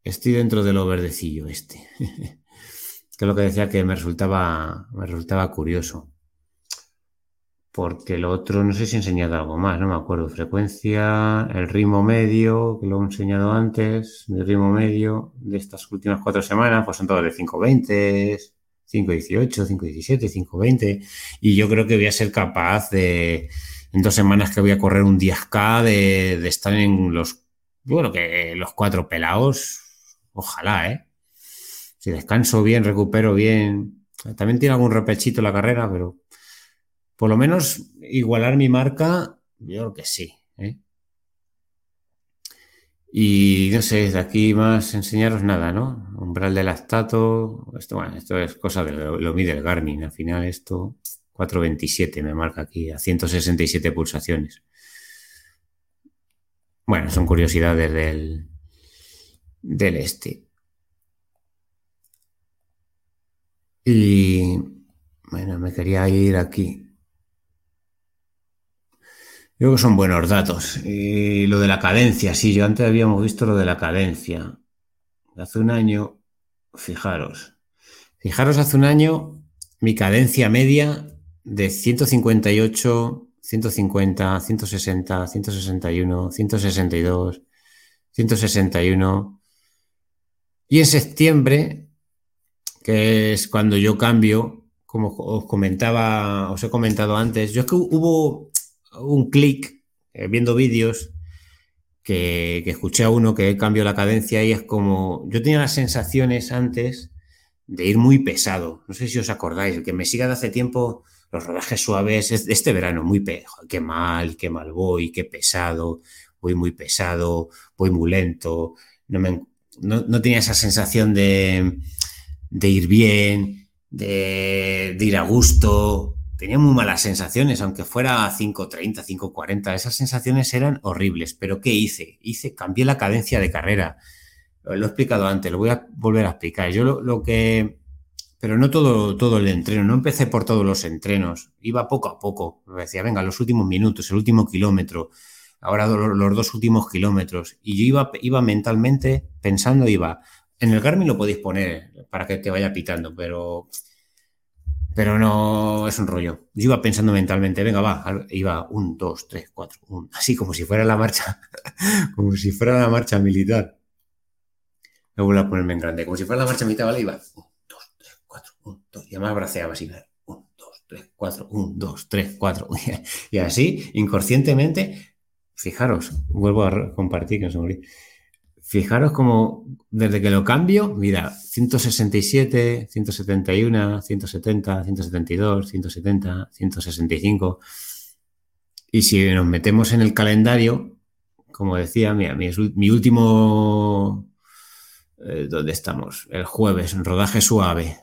Speaker 1: estoy dentro de lo verdecillo este. Que es lo que decía que me resultaba, me resultaba curioso. Porque lo otro, no sé si he enseñado algo más, no me acuerdo. Frecuencia, el ritmo medio, que lo he enseñado antes, mi ritmo medio de estas últimas cuatro semanas, pues son todos de cinco veinte, cinco dieciocho, cinco diecisiete, cinco veinte. Y yo creo que voy a ser capaz de, en dos semanas que voy a correr un diez K, de, de estar en los, bueno, que los cuatro pelados, ojalá, ¿eh? Si descanso bien, recupero bien. También tiene algún repechito la carrera, pero por lo menos igualar mi marca, yo creo que sí, ¿eh? Y no sé, de aquí más enseñaros nada, ¿no? Umbral de lactato, esto, bueno, esto es cosa de lo, lo mide el Garmin, al final esto cuatro veintisiete me marca aquí, a ciento sesenta y siete pulsaciones. Bueno, son curiosidades del, del este. Y bueno, me quería ir aquí. Yo creo que son buenos datos. Y lo de la cadencia, sí, yo antes habíamos visto lo de la cadencia. Hace un año, fijaros, fijaros hace un año mi cadencia media de ciento cincuenta y ocho, ciento cincuenta, ciento sesenta, ciento sesenta y uno, ciento sesenta y dos, ciento sesenta y uno. Y en septiembre, que es cuando yo cambio, como os comentaba, os he comentado antes, yo es que hubo un clic eh, viendo vídeos que, que escuché a uno que cambió la cadencia y es como, yo tenía las sensaciones antes de ir muy pesado, no sé si os acordáis, el que me siga de hace tiempo, los rodajes suaves, es de este verano, muy pesado, qué mal, qué mal voy, qué pesado, voy muy pesado, voy muy lento, no, me, no, no tenía esa sensación de, de ir bien, de, de ir a gusto. Tenía muy malas sensaciones, aunque fuera cinco treinta, cinco cuarenta, esas sensaciones eran horribles. Pero ¿qué hice? Hice, cambié la cadencia de carrera. Lo he explicado antes, lo voy a volver a explicar. Yo lo, lo que... Pero no todo, todo el entreno, no empecé por todos los entrenos. Iba poco a poco. Me decía, venga, los últimos minutos, el último kilómetro, ahora los, los dos últimos kilómetros. Y yo iba, iba mentalmente pensando, iba... En el Garmin lo podéis poner para que te vaya pitando, pero... Pero no es un rollo. Yo iba pensando mentalmente, venga, va, iba un, dos, tres, cuatro, un, así como si fuera la marcha, como si fuera la marcha militar. Me vuelvo a ponerme en grande, como si fuera la marcha militar, ¿vale? Iba un, dos, tres, cuatro, un, dos, y además braceaba así, un, dos, tres, cuatro, un, dos, tres, cuatro, y así, inconscientemente, fijaros, vuelvo a compartir que no se me olvide. Fijaros como desde que lo cambio, mira, ciento sesenta y siete, ciento setenta y uno, ciento setenta, ciento setenta y dos, ciento setenta, ciento sesenta y cinco. Y si nos metemos en el calendario, como decía, mira, mi, mi último... Eh, ¿dónde estamos? El jueves, en rodaje suave.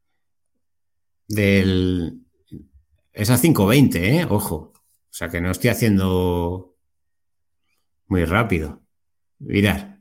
Speaker 1: Del... Es a cinco veinte, ¿eh? Ojo. O sea que no estoy haciendo muy rápido. Mirad.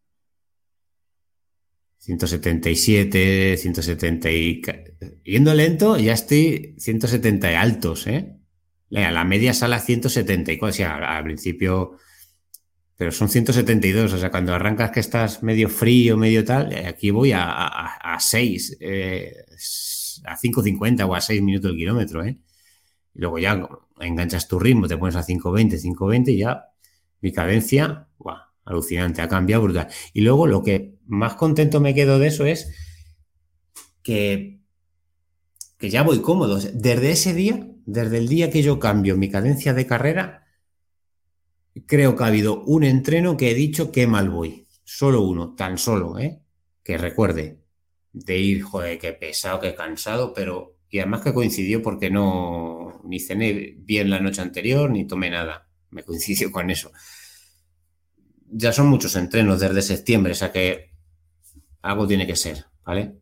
Speaker 1: ciento setenta y siete, ciento setenta y... Yendo lento, ya estoy ciento setenta y altos, ¿eh? La media sale a ciento setenta y cuatro, o sea, al principio... Pero son ciento setenta y dos, o sea, cuando arrancas que estás medio frío, medio tal, aquí voy a, a, a seis, eh, a cinco cincuenta o a seis minutos el kilómetro, ¿eh? Y luego ya enganchas tu ritmo, te pones a cinco veinte, cinco veinte y ya mi cadencia, ¡guau!, alucinante, ha cambiado brutal. Y luego lo que más contento me quedo de eso es que, que ya voy cómodo. Desde ese día, desde el día que yo cambio mi cadencia de carrera, creo que ha habido un entreno que he dicho que mal voy. Solo uno, tan solo, ¿eh? Que recuerde de ir, joder, qué pesado, qué cansado, pero... Y además que coincidió porque no... Ni cené bien la noche anterior, ni tomé nada. Me coincidió con eso. Ya son muchos entrenos desde septiembre, o sea que algo tiene que ser, ¿vale?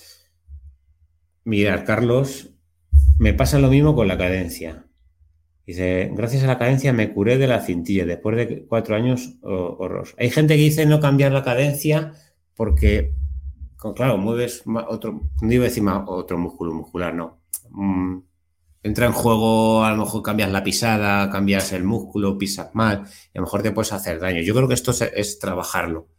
Speaker 1: Mirad, Carlos, me pasa lo mismo con la cadencia. Dice, gracias a la cadencia me curé de la cintilla después de cuatro años horroroso. Hay gente que dice no cambiar la cadencia porque, claro, mueves otro, no iba a decir más otro músculo muscular, no. Mm, entra en juego, a lo mejor cambias la pisada, cambias el músculo, pisas mal, y a lo mejor te puedes hacer daño. Yo creo que esto es, es trabajarlo.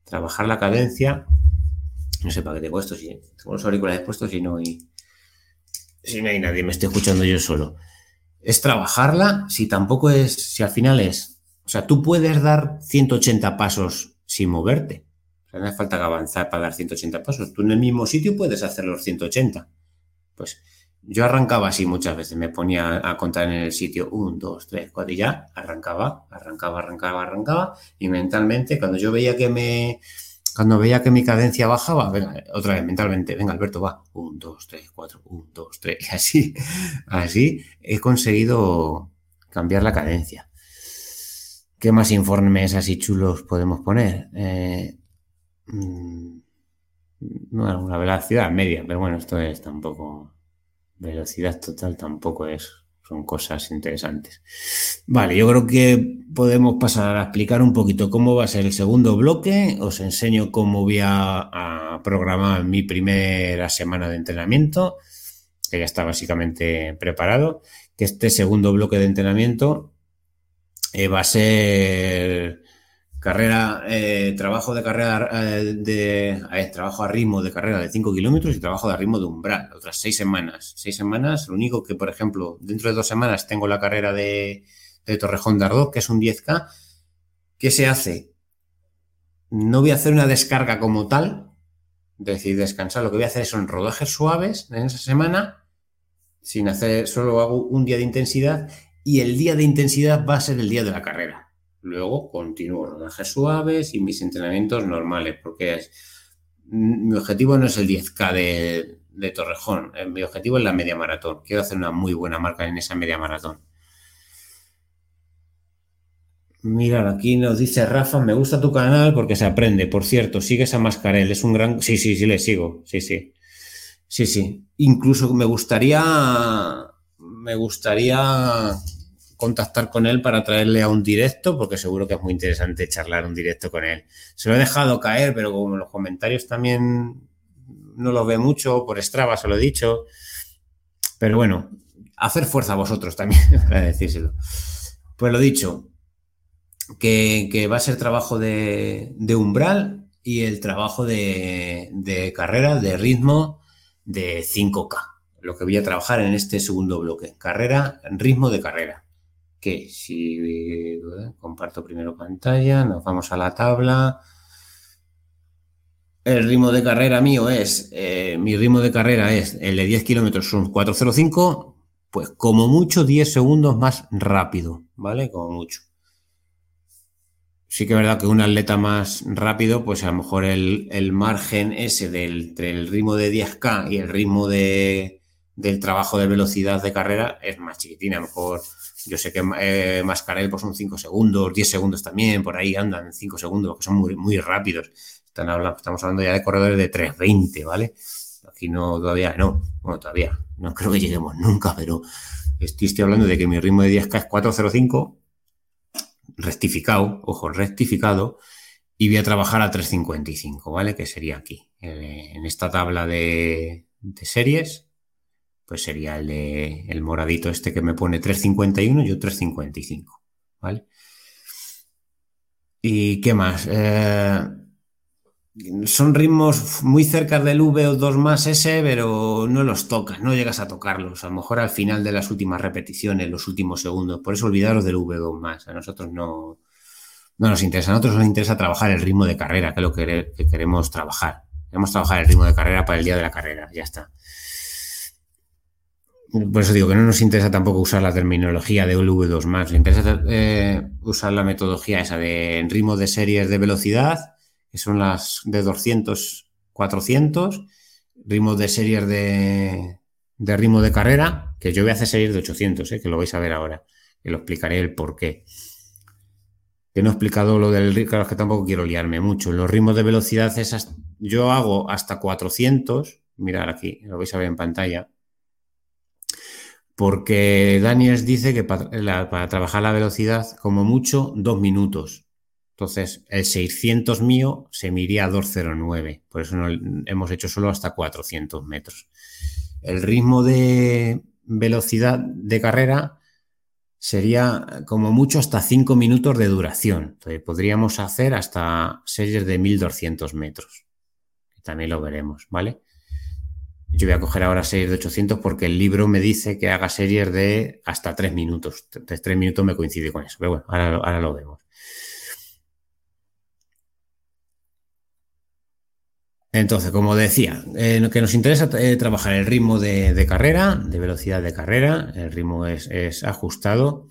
Speaker 1: trabajar la cadencia. No sé para qué tengo esto, si tengo los auriculares puestos y no hay, si no hay nadie, me estoy escuchando yo solo. Es trabajarla si tampoco es, si al final es, o sea, tú puedes dar ciento ochenta pasos sin moverte. O sea, no hace falta avanzar para dar ciento ochenta pasos. Tú en el mismo sitio puedes hacer los ciento ochenta. Pues yo arrancaba así muchas veces, me ponía a contar en el sitio uno, dos, tres, cuatro y ya arrancaba, arrancaba, arrancaba, arrancaba y mentalmente cuando yo veía que me... Cuando veía que mi cadencia bajaba, venga, otra vez mentalmente, venga Alberto, va, uno, dos, tres, cuatro, uno, dos, tres, y así, así he conseguido cambiar la cadencia. ¿Qué más informes así chulos podemos poner? Eh, mmm, bueno, una velocidad media, pero bueno, esto es tampoco, velocidad total tampoco es, son cosas interesantes. Vale, yo creo que podemos pasar a explicar un poquito cómo va a ser el segundo bloque. Os enseño cómo voy a, a programar mi primera semana de entrenamiento, que ya está básicamente preparado. Que este segundo bloque de entrenamiento eh, va a ser carrera, eh, trabajo de carrera eh, de eh, trabajo a ritmo de carrera de cinco kilómetros y trabajo de ritmo de umbral, otras seis semanas. Seis semanas, lo único que, por ejemplo, dentro de dos semanas tengo la carrera de, de Torrejón de Ardoz, que es un diez K. ¿Qué se hace? No voy a hacer una descarga como tal, es decir, descansar. Lo que voy a hacer son rodajes suaves en esa semana, sin hacer, solo hago un día de intensidad y el día de intensidad va a ser el día de la carrera. Luego continúo rodajes suaves y mis entrenamientos normales, porque es, mi objetivo no es el diez K de, de Torrejón, mi objetivo es la media maratón. Quiero hacer una muy buena marca en esa media maratón. Mirad, aquí nos dice Rafa, me gusta tu canal porque se aprende. Por cierto, sigues a Mascarell, es un gran... Sí, sí, sí, le sigo, sí, sí. Sí, sí. Incluso me gustaría... Me gustaría... contactar con él para traerle a un directo, porque seguro que es muy interesante charlar un directo con él. Se lo he dejado caer, pero como los comentarios también no los ve mucho, por Strava se lo he dicho. Pero bueno, hacer fuerza a vosotros también para decírselo. Pues lo dicho, que, que va a ser trabajo de, de umbral y el trabajo de, de carrera, de ritmo de cinco K. Lo que voy a trabajar en este segundo bloque. Carrera, ritmo de carrera. Que si eh, comparto primero pantalla, nos vamos a la tabla. El ritmo de carrera mío es, eh, mi ritmo de carrera es el de diez kilómetros, son cuatro cero cinco, pues como mucho diez segundos más rápido, ¿vale? Como mucho. Sí que es verdad que un atleta más rápido, pues a lo mejor el, el margen ese del, entre el ritmo de diez K y el ritmo de, del trabajo de velocidad de carrera es más chiquitina, a lo mejor... Yo sé que eh, Mascarell pues son cinco segundos, diez segundos también, por ahí andan cinco segundos, que son muy, muy rápidos. Están hablando, estamos hablando ya de corredores de tres veinte, ¿vale? Aquí no, todavía no, bueno, todavía, no creo que lleguemos nunca, pero estoy, estoy hablando de que mi ritmo de diez K es cuatro cero cinco, rectificado, ojo, rectificado, y voy a trabajar a tres cincuenta y cinco, ¿vale? Que sería aquí, eh, en esta tabla de, de series. Pues sería el de el moradito este que me pone tres cincuenta y uno y yo tres cincuenta y cinco, ¿vale? ¿Y qué más? Eh, son ritmos muy cerca del V O dos más S, pero no los tocas, no llegas a tocarlos. A lo mejor al final de las últimas repeticiones, los últimos segundos. Por eso olvidaros del V O dos más. A nosotros no, no nos interesa. A nosotros nos interesa trabajar el ritmo de carrera, que es lo que, que queremos trabajar. Queremos trabajar el ritmo de carrera para el día de la carrera, ya está. Por eso digo que no nos interesa tampoco usar la terminología de V dos más, nos interesa eh, usar la metodología esa de ritmo de series de velocidad, que son las de doscientos, cuatrocientos, ritmos de series de, de ritmo de carrera, que yo voy a hacer series de ochocientos, eh, que lo vais a ver ahora, que lo explicaré el por qué. Que no he explicado lo del ritmo, claro, es que tampoco quiero liarme mucho. Los ritmos de velocidad, esas, yo hago hasta cuatrocientos, mirad aquí, lo vais a ver en pantalla, porque Daniels dice que para, la, para trabajar la velocidad, como mucho, dos minutos. Entonces, el seiscientos mío se me iría a dos cero nueve. Por eso no, hemos hecho solo hasta cuatrocientos metros. El ritmo de velocidad de carrera sería como mucho hasta cinco minutos de duración. Entonces, podríamos hacer hasta series de mil doscientos metros. También lo veremos, ¿vale? Yo voy a coger ahora series de ochocientos porque el libro me dice que haga series de hasta tres minutos. De tres minutos me coincide con eso, pero bueno, ahora, ahora lo vemos. Entonces, como decía, eh, lo que nos interesa es trabajar el ritmo de, de carrera, de velocidad de carrera. El ritmo es, es ajustado.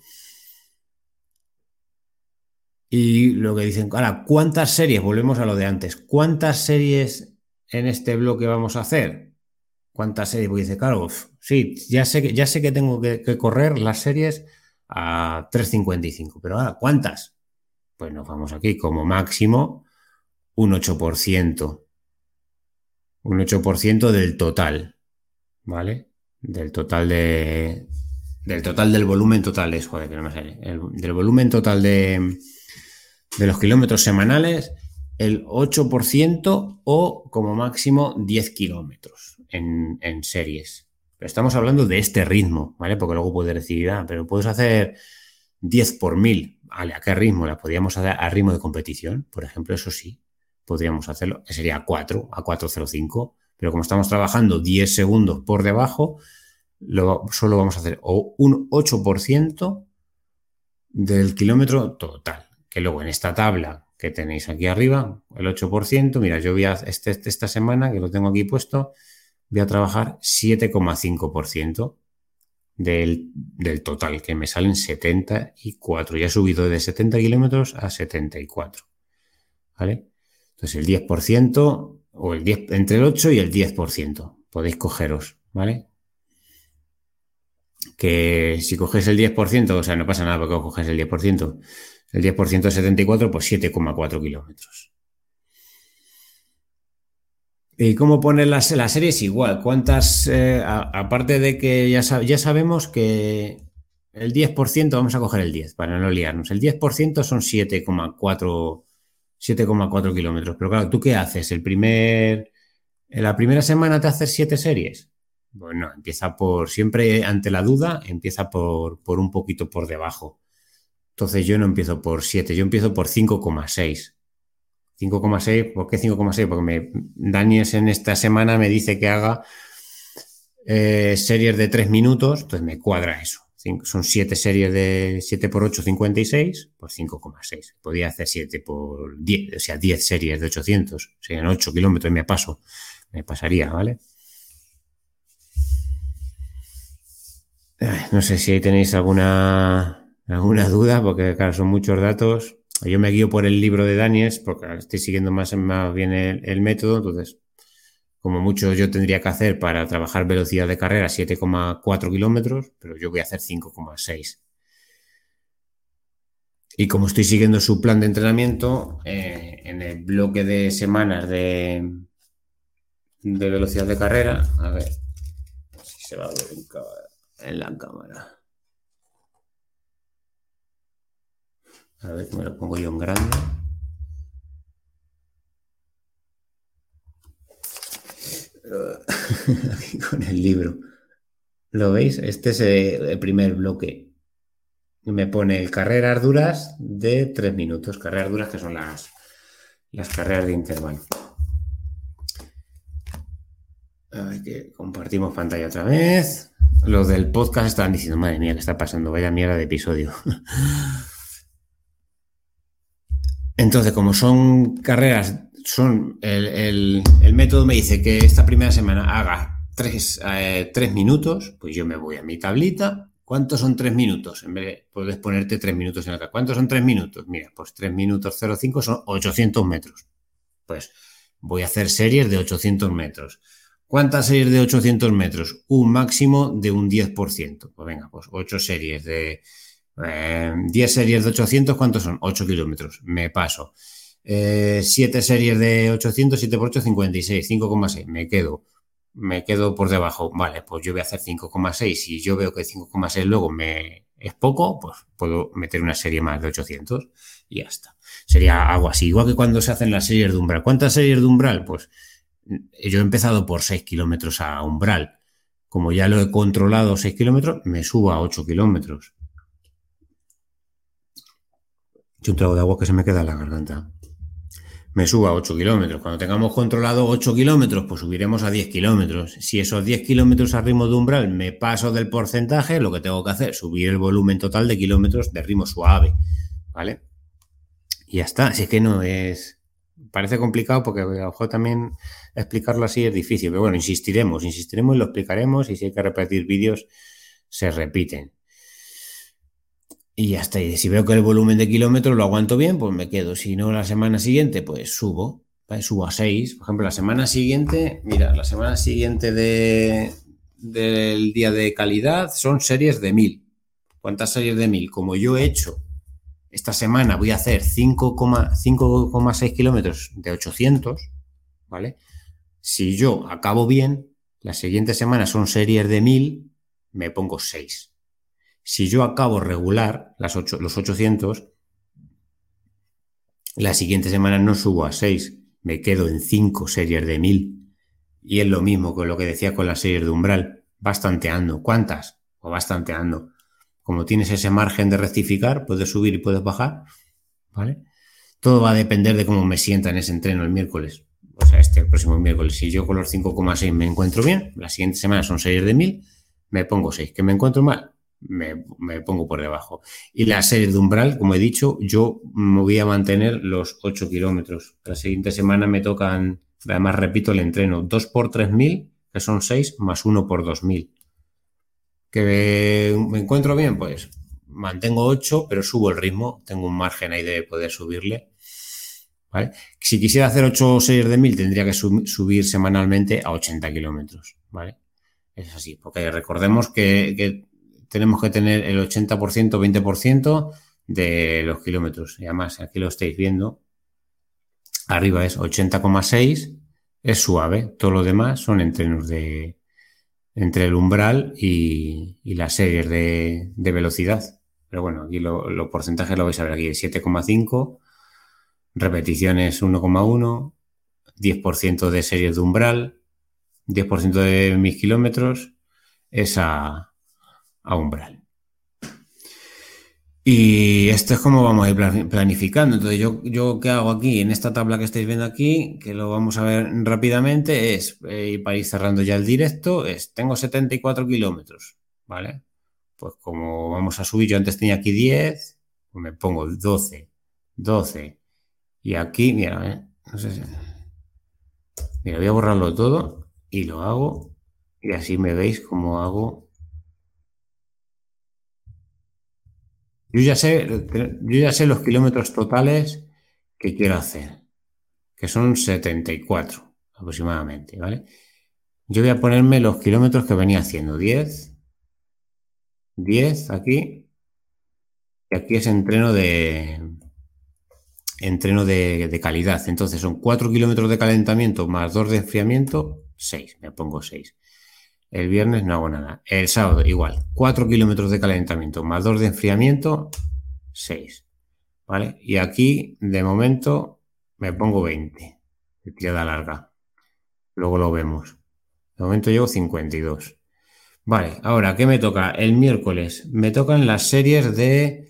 Speaker 1: Y lo que dicen, ahora, ¿cuántas series? Volvemos a lo de antes. ¿Cuántas series en este bloque vamos a hacer? ¿Cuántas series? Porque dice, claro, uf, sí, ya sé que, ya sé que tengo que, que correr las series a tres cincuenta y cinco, pero ahora, ¿cuántas? Pues nos vamos aquí como máximo un ocho por ciento. Un ocho por ciento del total, ¿vale? Del total de... Del total del volumen total es, joder, que no me sale. El, del volumen total de, de los kilómetros semanales, el ocho por ciento o como máximo diez kilómetros en, en series. Pero estamos hablando de este ritmo, ¿vale? Porque luego puedes decir, ah, pero puedes hacer diez por mil. Vale, ¿a qué ritmo? La podríamos hacer a ritmo de competición, por ejemplo, eso sí. Podríamos hacerlo, que sería a cuatro, a cuatro coma cero cinco, pero como estamos trabajando diez segundos por debajo, lo, solo vamos a hacer o un ocho por ciento del kilómetro total, que luego en esta tabla que tenéis aquí arriba, el ocho por ciento, mira, yo voy a, este, esta semana, que lo tengo aquí puesto, voy a trabajar siete coma cinco por ciento del, del total, que me salen setenta y cuatro, ya he subido de setenta kilómetros a setenta y cuatro, ¿vale? Entonces el diez por ciento o el diez, entre el ocho y el diez por ciento podéis cogeros, ¿vale? Que si cogéis el diez por ciento, o sea, no pasa nada porque os cogéis el diez por ciento. El diez por ciento de setenta y cuatro, pues siete coma cuatro kilómetros. ¿Y cómo poner las, la serie? Es igual. ¿Cuántas? Eh, a, aparte de que ya, sab, ya sabemos que el diez por ciento, vamos a coger el diez para no liarnos. El diez por ciento son siete coma cuatro kilómetros. Pero claro, ¿tú qué haces? El primer, ¿En la primera semana te haces siete series? Bueno, empieza por, siempre ante la duda, empieza por, por un poquito por debajo. Entonces yo no empiezo por siete, yo empiezo por cinco coma seis. cinco coma seis, ¿por qué cinco coma seis? Porque me, Daniels en esta semana me dice que haga eh, series de tres minutos, entonces me cuadra eso. Son siete series de siete por ocho, cincuenta y seis, por cinco coma seis. Podría hacer siete por diez, o sea, diez series de ochocientos, serían ocho kilómetros y me paso, me pasaría, ¿vale? No sé si ahí tenéis alguna, alguna duda, porque claro, son muchos datos. Yo me guío por el libro de Daniels, porque estoy siguiendo más, más bien el, el método, entonces, como mucho yo tendría que hacer para trabajar velocidad de carrera siete coma cuatro kilómetros, pero yo voy a hacer cinco coma seis. Y como estoy siguiendo su plan de entrenamiento, eh, en el bloque de semanas de, de velocidad de carrera, a ver si se va a ver en, en la cámara. A ver, me lo pongo yo en grande. Aquí con el libro. ¿Lo veis? Este es el primer bloque. Me pone carreras duras de tres minutos. Carreras duras que son las, las carreras de intervalo. A ver que compartimos pantalla otra vez. Los del podcast estaban diciendo, madre mía, ¿qué está pasando? Vaya mierda de episodio. Entonces, como son carreras, son el, el, el método me dice que esta primera semana haga tres, eh, tres minutos, pues yo me voy a mi tablita. ¿Cuántos son tres minutos? En vez de puedes ponerte tres minutos en acá. ¿Cuántos son tres minutos? Mira, pues tres minutos cero cinco son ochocientos metros. Pues voy a hacer series de ochocientos metros. ¿Cuántas series de ochocientos metros? Un máximo de un diez por ciento. Pues venga, pues ocho series de... Eh, diez series de ochocientos, ¿cuántos son? ocho kilómetros. Me paso. Eh, siete series de ochocientos, siete por ocho, cincuenta y seis. cinco coma seis. Me quedo. Me quedo por debajo. Vale, pues yo voy a hacer cinco coma seis. Si yo veo que cinco coma seis luego me es poco, pues puedo meter una serie más de ochocientos y ya está. Sería algo así. Igual que cuando se hacen las series de umbral. ¿Cuántas series de umbral? Pues yo he empezado por seis kilómetros a umbral. Como ya lo he controlado seis kilómetros, me subo a ocho kilómetros. Y un trago de agua que se me queda en la garganta. Me subo a ocho kilómetros. Cuando tengamos controlado ocho kilómetros, pues subiremos a diez kilómetros. Si esos diez kilómetros a ritmo de umbral me paso del porcentaje, lo que tengo que hacer es subir el volumen total de kilómetros de ritmo suave, ¿vale? Y ya está. Si es que no es... Parece complicado porque a lo mejor también explicarlo así es difícil, pero bueno, insistiremos, insistiremos y lo explicaremos, y si hay que repetir vídeos, se repiten. Y ya está. Y si veo que el volumen de kilómetros lo aguanto bien, pues me quedo. Si no, la semana siguiente, pues subo. ¿Vale? Subo a seis. Por ejemplo, la semana siguiente, mira, la semana siguiente de, del día de calidad son series de mil. ¿Cuántas series de mil? Como yo he hecho esta semana, voy a hacer cinco coma seis kilómetros de ochocientos, ¿vale? Si yo acabo bien, la siguiente semana son series de mil, me pongo seis. Si yo acabo regular las ocho, los ochocientos, la siguiente semana no subo a seis, me quedo en cinco series de mil. Y es lo mismo con lo que decía con las series de umbral. Vas tanteando. ¿Cuántas? O vas tanteando. Como tienes ese margen de rectificar, puedes subir y puedes bajar, ¿vale? Todo va a depender de cómo me sienta en ese entreno el miércoles. O sea, este el próximo miércoles. Si yo con los cinco coma seis me encuentro bien, la siguiente semana son series de mil, me pongo seis. ¿Que me encuentro mal? Me, me pongo por debajo. Y las series de umbral, como he dicho, yo me voy a mantener los ocho kilómetros. La siguiente semana me tocan, además repito el entreno, dos por tres mil, que son seis, más uno por dos mil. ¿Que me encuentro bien? Pues mantengo ocho, pero subo el ritmo. Tengo un margen ahí de poder subirle, ¿vale? Si quisiera hacer ocho series de mil, tendría que sub, subir semanalmente a ochenta kilómetros, ¿vale? Es así, porque recordemos que, que tenemos que tener el ochenta por ciento, veinte por ciento de los kilómetros. Y además, aquí lo estáis viendo. Arriba es ochenta coma seis, es suave. Todo lo demás son entrenos de entre el umbral y, y las series de, de velocidad. Pero bueno, aquí los lo porcentajes lo vais a ver aquí. siete coma cinco, repeticiones uno coma uno, diez por ciento de series de umbral, diez por ciento de mis kilómetros es a, a umbral. Y esto es como vamos a ir planificando. Entonces, yo, yo ¿qué hago aquí? En esta tabla que estáis viendo aquí, que lo vamos a ver rápidamente, es, eh, para ir cerrando ya el directo, es, tengo setenta y cuatro kilómetros, ¿vale? Pues como vamos a subir, yo antes tenía aquí diez, pues me pongo doce, doce. Y aquí, mira, ¿eh? No sé si... Mira, voy a borrarlo todo y lo hago. Y así me veis cómo hago. Yo ya sé, yo ya sé los kilómetros totales que quiero hacer, que son setenta y cuatro aproximadamente, ¿vale? Yo voy a ponerme los kilómetros que venía haciendo, diez, diez aquí, y aquí es entreno de entreno de, de calidad. Entonces son cuatro kilómetros de calentamiento más dos de enfriamiento, seis, me pongo seis. El viernes no hago nada. El sábado igual, cuatro kilómetros de calentamiento más dos de enfriamiento, seis. ¿Vale? Y aquí, de momento, me pongo veinte de tirada larga. Luego lo vemos. De momento llevo cincuenta y dos. Vale, ahora, ¿qué me toca? El miércoles me tocan las series de...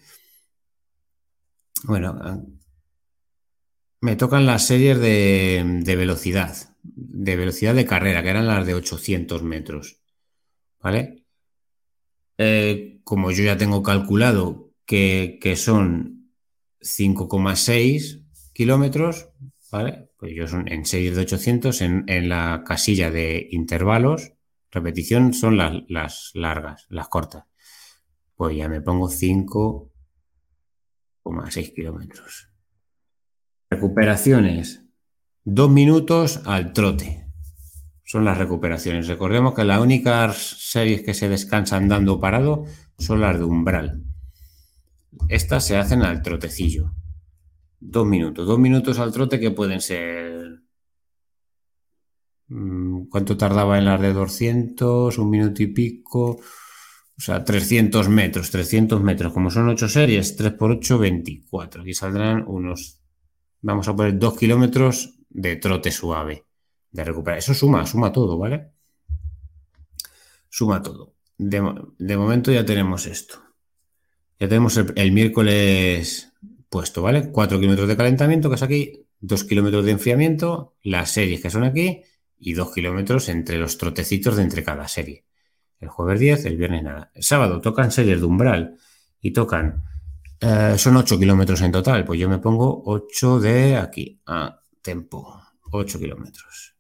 Speaker 1: Bueno, me tocan las series de, de velocidad. De velocidad de carrera, que eran las de ochocientos metros. ¿Vale? Eh, como yo ya tengo calculado que, que son cinco coma seis kilómetros, ¿vale? Pues yo son en series de ochocientos, en, en la casilla de intervalos, repetición son las, las largas, las cortas. Pues ya me pongo cinco coma seis kilómetros. Recuperaciones, dos minutos al trote. Son las recuperaciones. Recordemos que las únicas series que se descansan dando parado son las de umbral. Estas se hacen al trotecillo. Dos minutos. Dos minutos al trote que pueden ser... ¿Cuánto tardaba en las de doscientos? Un minuto y pico. O sea, trescientos metros. trescientos metros. Como son ocho series, tres por ocho, veinticuatro. Aquí saldrán unos... Vamos a poner dos kilómetros de trote suave. De recuperar. Eso suma, suma todo, ¿vale? Suma todo. De, de momento ya tenemos esto. Ya tenemos el, el miércoles puesto, ¿vale? cuatro kilómetros de calentamiento, que es aquí, dos kilómetros de enfriamiento, las series que son aquí y dos kilómetros entre los trotecitos de entre cada serie. El jueves diez, el viernes nada. El sábado tocan series de umbral y tocan, eh, son ocho kilómetros en total, pues yo me pongo ocho de aquí a tempo, ocho kilómetros.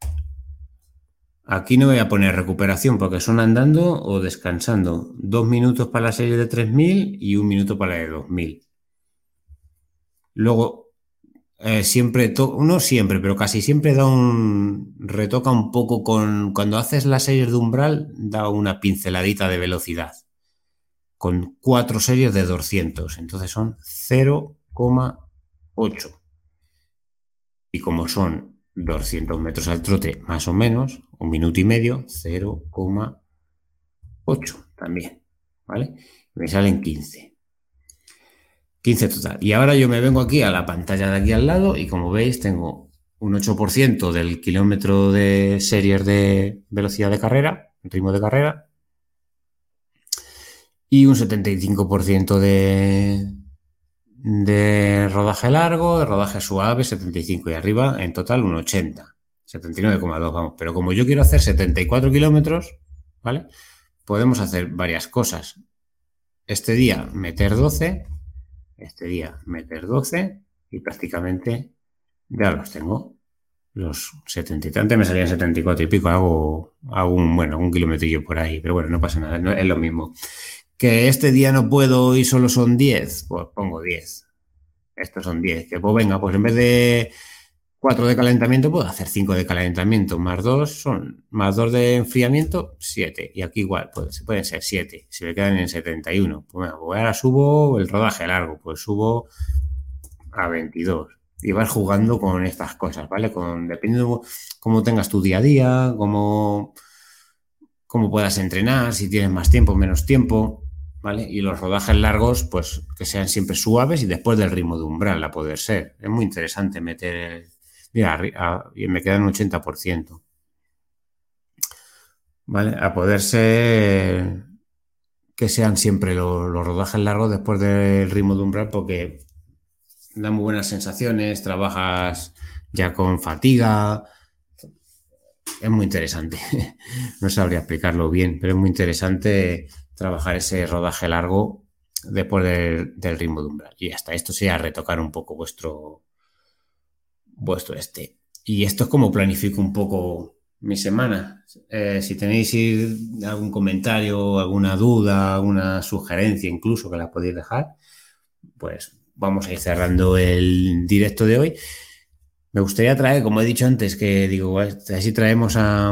Speaker 1: Aquí no voy a poner recuperación porque son andando o descansando. Dos minutos para la serie de tres mil y un minuto para la de dos mil. Luego, eh, siempre, to- no siempre, pero casi siempre da un, retoca un poco con, cuando haces las series de umbral, da una pinceladita de velocidad, con cuatro series de doscientos, entonces son cero coma ocho. Y como son doscientos metros al trote, más o menos, un minuto y medio, cero coma ocho también, ¿vale? Me salen quince. quince total. Y ahora yo me vengo aquí a la pantalla de aquí al lado y como veis tengo un ocho por ciento del kilómetro de series de velocidad de carrera, ritmo de carrera, y un setenta y cinco por ciento de, de rodaje largo, de rodaje suave, setenta y cinco y arriba, en total un ochenta, setenta y nueve coma dos, vamos. Pero como yo quiero hacer setenta y cuatro kilómetros, ¿vale? Podemos hacer varias cosas. Este día meter doce, este día meter doce y prácticamente ya los tengo. Los setenta y tantos me salían setenta y cuatro y pico. Hago, hago un, bueno, un kilometrillo por ahí, pero bueno, no pasa nada, no, es lo mismo. Que este día no puedo y solo son diez, pues pongo diez. Estos son diez. Que pues venga, pues en vez de cuatro de calentamiento puedo hacer cinco de calentamiento, más dos son, más dos de enfriamiento, siete. Y aquí igual, pues pueden ser siete. Si me quedan en setenta y uno, pues, bueno, pues ahora subo el rodaje largo, pues subo a veintidós. Y vas jugando con estas cosas, ¿vale? Con, dependiendo cómo tengas tu día a día, cómo, cómo puedas entrenar, si tienes más tiempo, menos tiempo, ¿vale? Y los rodajes largos, pues que sean siempre suaves y después del ritmo de umbral, a poder ser. Es muy interesante meter... Mira, a, y me queda un ochenta por ciento. ¿Vale? A poder ser que sean siempre los, los rodajes largos después del ritmo de umbral porque da muy buenas sensaciones, trabajas ya con fatiga. Es muy interesante. No sabría explicarlo bien, pero es muy interesante trabajar ese rodaje largo después del, del ritmo de umbral. Y hasta esto sería retocar un poco vuestro, vuestro este. Y esto es como planifico un poco mi semana. Eh, si tenéis algún comentario, alguna duda, alguna sugerencia incluso que la podéis dejar, pues vamos a ir cerrando el directo de hoy. Me gustaría traer, como he dicho antes, que digo, así traemos a,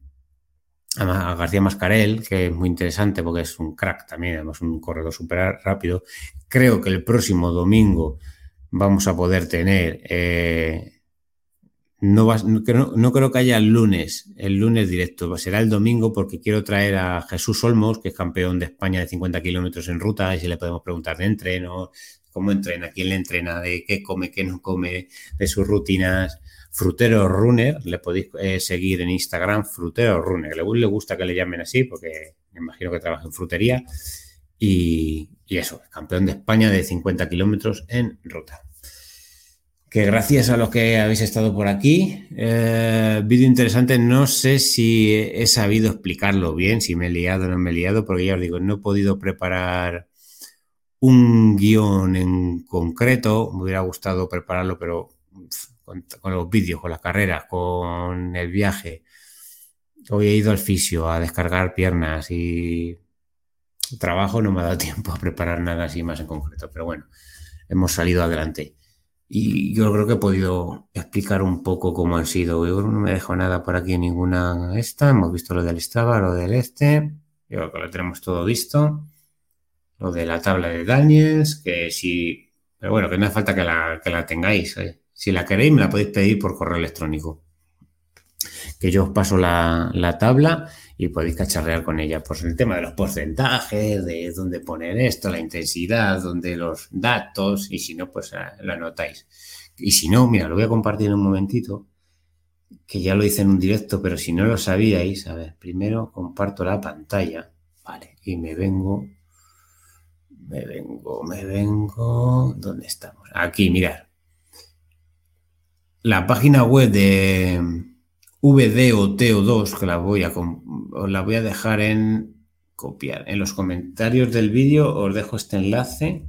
Speaker 1: a García Mascarell, que es muy interesante porque es un crack también, además un corredor súper rápido. Creo que el próximo domingo vamos a poder tener... Eh, No, va, no, no creo que haya el lunes, el lunes directo, será el domingo porque quiero traer a Jesús Olmos, que es campeón de España de cincuenta kilómetros en ruta, y si le podemos preguntar de entreno, cómo entrena, quién le entrena, de qué come, qué no come, de sus rutinas. Frutero Runner, le podéis eh, seguir en Instagram, Frutero Runner. Le, le gusta que le llamen así porque me imagino que trabaja en frutería. Y, y eso, campeón de España de cincuenta kilómetros en ruta. Que gracias a los que habéis estado por aquí, eh, vídeo interesante, no sé si he sabido explicarlo bien, si me he liado o no me he liado, porque ya os digo, no he podido preparar un guión en concreto, me hubiera gustado prepararlo, pero con, con los vídeos, con las carreras, con el viaje, hoy he ido al fisio a descargar piernas y trabajo, no me ha dado tiempo a preparar nada así más en concreto, pero bueno, hemos salido adelante. Y yo creo que he podido explicar un poco cómo han sido. Yo no me dejo nada por aquí, ninguna esta. Hemos visto lo del Strava, lo del este. Yo creo que lo tenemos todo visto. Lo de la tabla de Daniels, que si... Pero bueno, que no hace falta que la, que la tengáis. ¿eh? Si la queréis, me la podéis pedir por correo electrónico. Que yo os paso la, la tabla y podéis cacharrear con ella. Pues el tema de los porcentajes, de dónde poner esto, la intensidad, dónde los datos, y si no, pues lo anotáis. Y si no, mira, lo voy a compartir en un momentito, que ya lo hice en un directo, pero si no lo sabíais, a ver, primero comparto la pantalla, vale, y me vengo, Me vengo, me vengo. ¿Dónde estamos? Aquí, mirad. La página web de V D O T O dos, que la voy a, os la voy a dejar en copiar. En los comentarios del vídeo os dejo este enlace.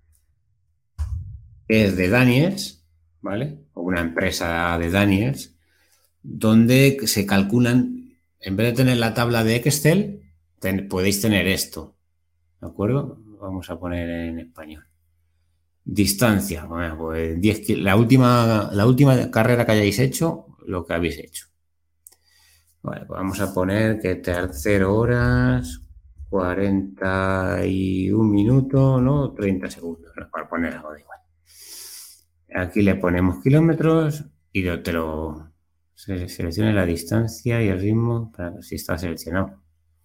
Speaker 1: Es de Daniels, ¿vale? O una empresa de Daniels, donde se calculan, en vez de tener la tabla de Excel, ten, podéis tener esto, ¿de acuerdo? Vamos a poner en español. Distancia, bueno, pues diez, la, última, la última carrera que hayáis hecho, lo que habéis hecho. Vale, pues vamos a poner que tercero horas, cuarenta y un minutos, ¿no? treinta segundos, ¿no? Para poner algo de igual. Aquí le ponemos kilómetros y lo, te lo se, seleccione la distancia y el ritmo para ver si está seleccionado.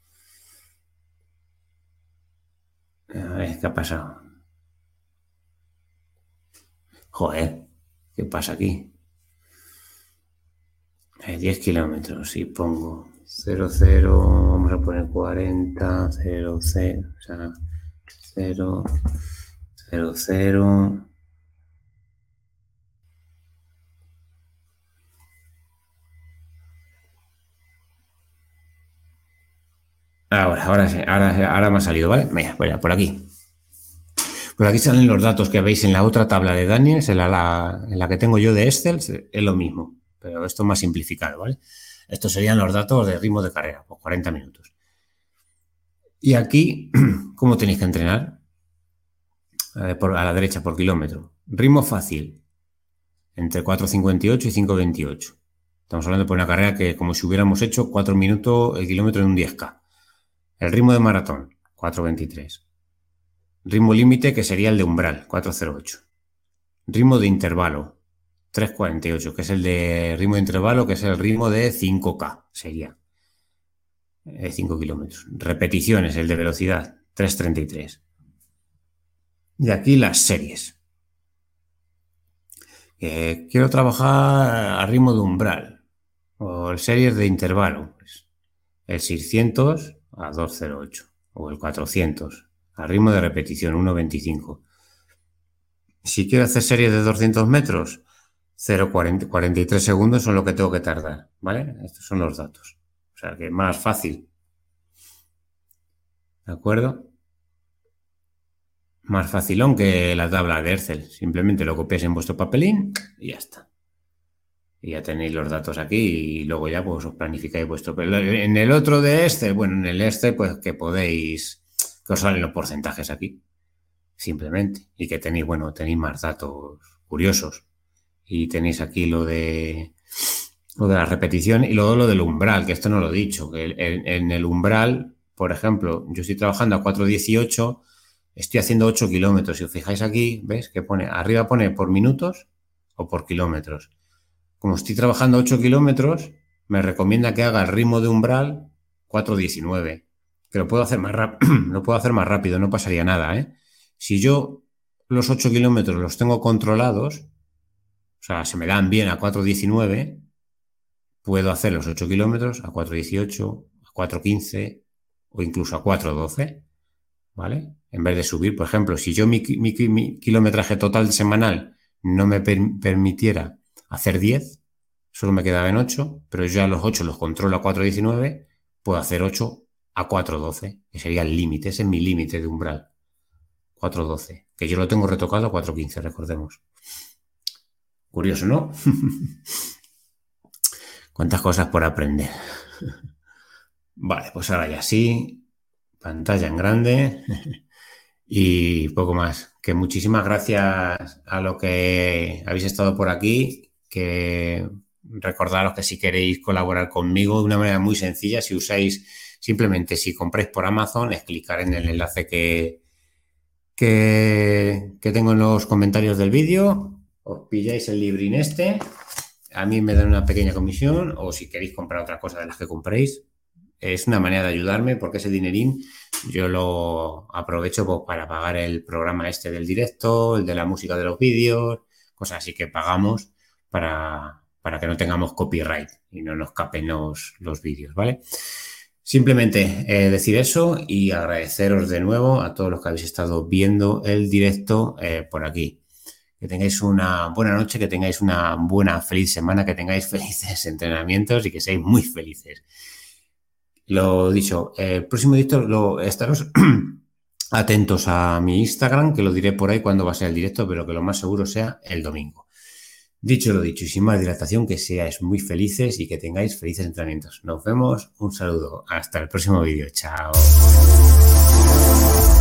Speaker 1: A ver, ¿qué ha pasado? Joder, ¿qué pasa aquí? Hay diez kilómetros y pongo cero, cero, vamos a poner cuarenta, cero, cero, o sea, cero, cero, cero. Ahora, ahora sí, ahora, ahora me ha salido, ¿vale? Mira, pues ya, por aquí. Por aquí salen los datos que veis en la otra tabla de Daniels, en la, la, en la que tengo yo de Excel, es lo mismo, pero esto más simplificado, ¿vale? Estos serían los datos de ritmo de carrera, por cuarenta minutos. Y aquí, ¿cómo tenéis que entrenar? A, por, a la derecha, por kilómetro. Ritmo fácil, entre cuatro cincuenta y ocho y cinco veintiocho. Estamos hablando de una carrera que como si hubiéramos hecho cuatro minutos el kilómetro en un diez K. El ritmo de maratón, cuatro veintitrés. Ritmo límite, que sería el de umbral, cuatro cero ocho. Ritmo de intervalo, tres cuarenta y ocho, que es el de ritmo de intervalo, que es el ritmo de cinco K, sería. De cinco kilómetros. Repeticiones, el de velocidad, tres treinta y tres. Y aquí las series. Eh, quiero trabajar a ritmo de umbral, o series de intervalo. Pues el seiscientos a dos cero ocho, o el cuatrocientos, a ritmo de repetición, uno veinticinco. Si quiero hacer series de doscientos metros, cero cuarenta y tres segundos son lo que tengo que tardar, ¿vale? Estos son los datos. O sea que es más fácil. ¿De acuerdo? Más facilón que la tabla de Excel. Simplemente lo copiáis en vuestro papelín y ya está. Y ya tenéis los datos aquí y luego ya pues os planificáis vuestro... Pero en el otro de Excel, bueno, en el Excel pues que podéis... que os salen los porcentajes aquí. Simplemente. Y que tenéis, bueno, tenéis más datos curiosos. Y tenéis aquí lo de... lo de la repetición y luego lo del umbral, que esto no lo he dicho. Que en, en el umbral, por ejemplo, yo estoy trabajando a cuatro dieciocho... estoy haciendo ocho kilómetros. Si os fijáis aquí, ¿ves? Que pone, arriba pone por minutos o por kilómetros. Como estoy trabajando ocho kilómetros, me recomienda que haga el ritmo de umbral cuatro diecinueve. Que lo puedo hacer más rápido, lo puedo hacer más rápido, no pasaría nada, ¿eh? Si yo los ocho kilómetros los tengo controlados, o sea, se me dan bien a cuatro diecinueve, puedo hacer los ocho kilómetros a cuatro dieciocho, a cuatro quince o incluso a cuatro doce. ¿Vale? En vez de subir, por ejemplo, si yo mi, mi, mi kilometraje total semanal no me per, permitiera hacer diez, solo me quedaba en ocho, pero yo ya los ocho los controlo a cuatro diecinueve, puedo hacer ocho a cuatro doce, que sería el límite, ese es mi límite de umbral, cuatro doce, que yo lo tengo retocado a cuatro quince, recordemos. Curioso, ¿no? Cuántas cosas por aprender. Vale, pues ahora ya sí, pantalla en grande. Y poco más. Que muchísimas gracias a los que habéis estado por aquí. Que recordaros que si queréis colaborar conmigo de una manera muy sencilla, si usáis simplemente, si compráis por Amazon, es clicar en el enlace que, que, que tengo en los comentarios del vídeo. Os pilláis el librín este. A mí me dan una pequeña comisión, o si queréis comprar otra cosa de las que compréis. Es una manera de ayudarme porque ese dinerín yo lo aprovecho pues, para pagar el programa este del directo, el de la música de los vídeos, cosas así que pagamos para, para que no tengamos copyright y no nos capen los, los vídeos, ¿vale? Simplemente eh, decir eso y agradeceros de nuevo a todos los que habéis estado viendo el directo eh, por aquí. Que tengáis una buena noche, que tengáis una buena, feliz semana, que tengáis felices entrenamientos y que seáis muy felices. Lo dicho, el eh, próximo directo, lo, estaros atentos a mi Instagram, que lo diré por ahí cuando va a ser el directo, pero que lo más seguro sea el domingo. Dicho lo dicho y sin más dilatación, que seáis muy felices y que tengáis felices entrenamientos. Nos vemos, un saludo, hasta el próximo vídeo, chao.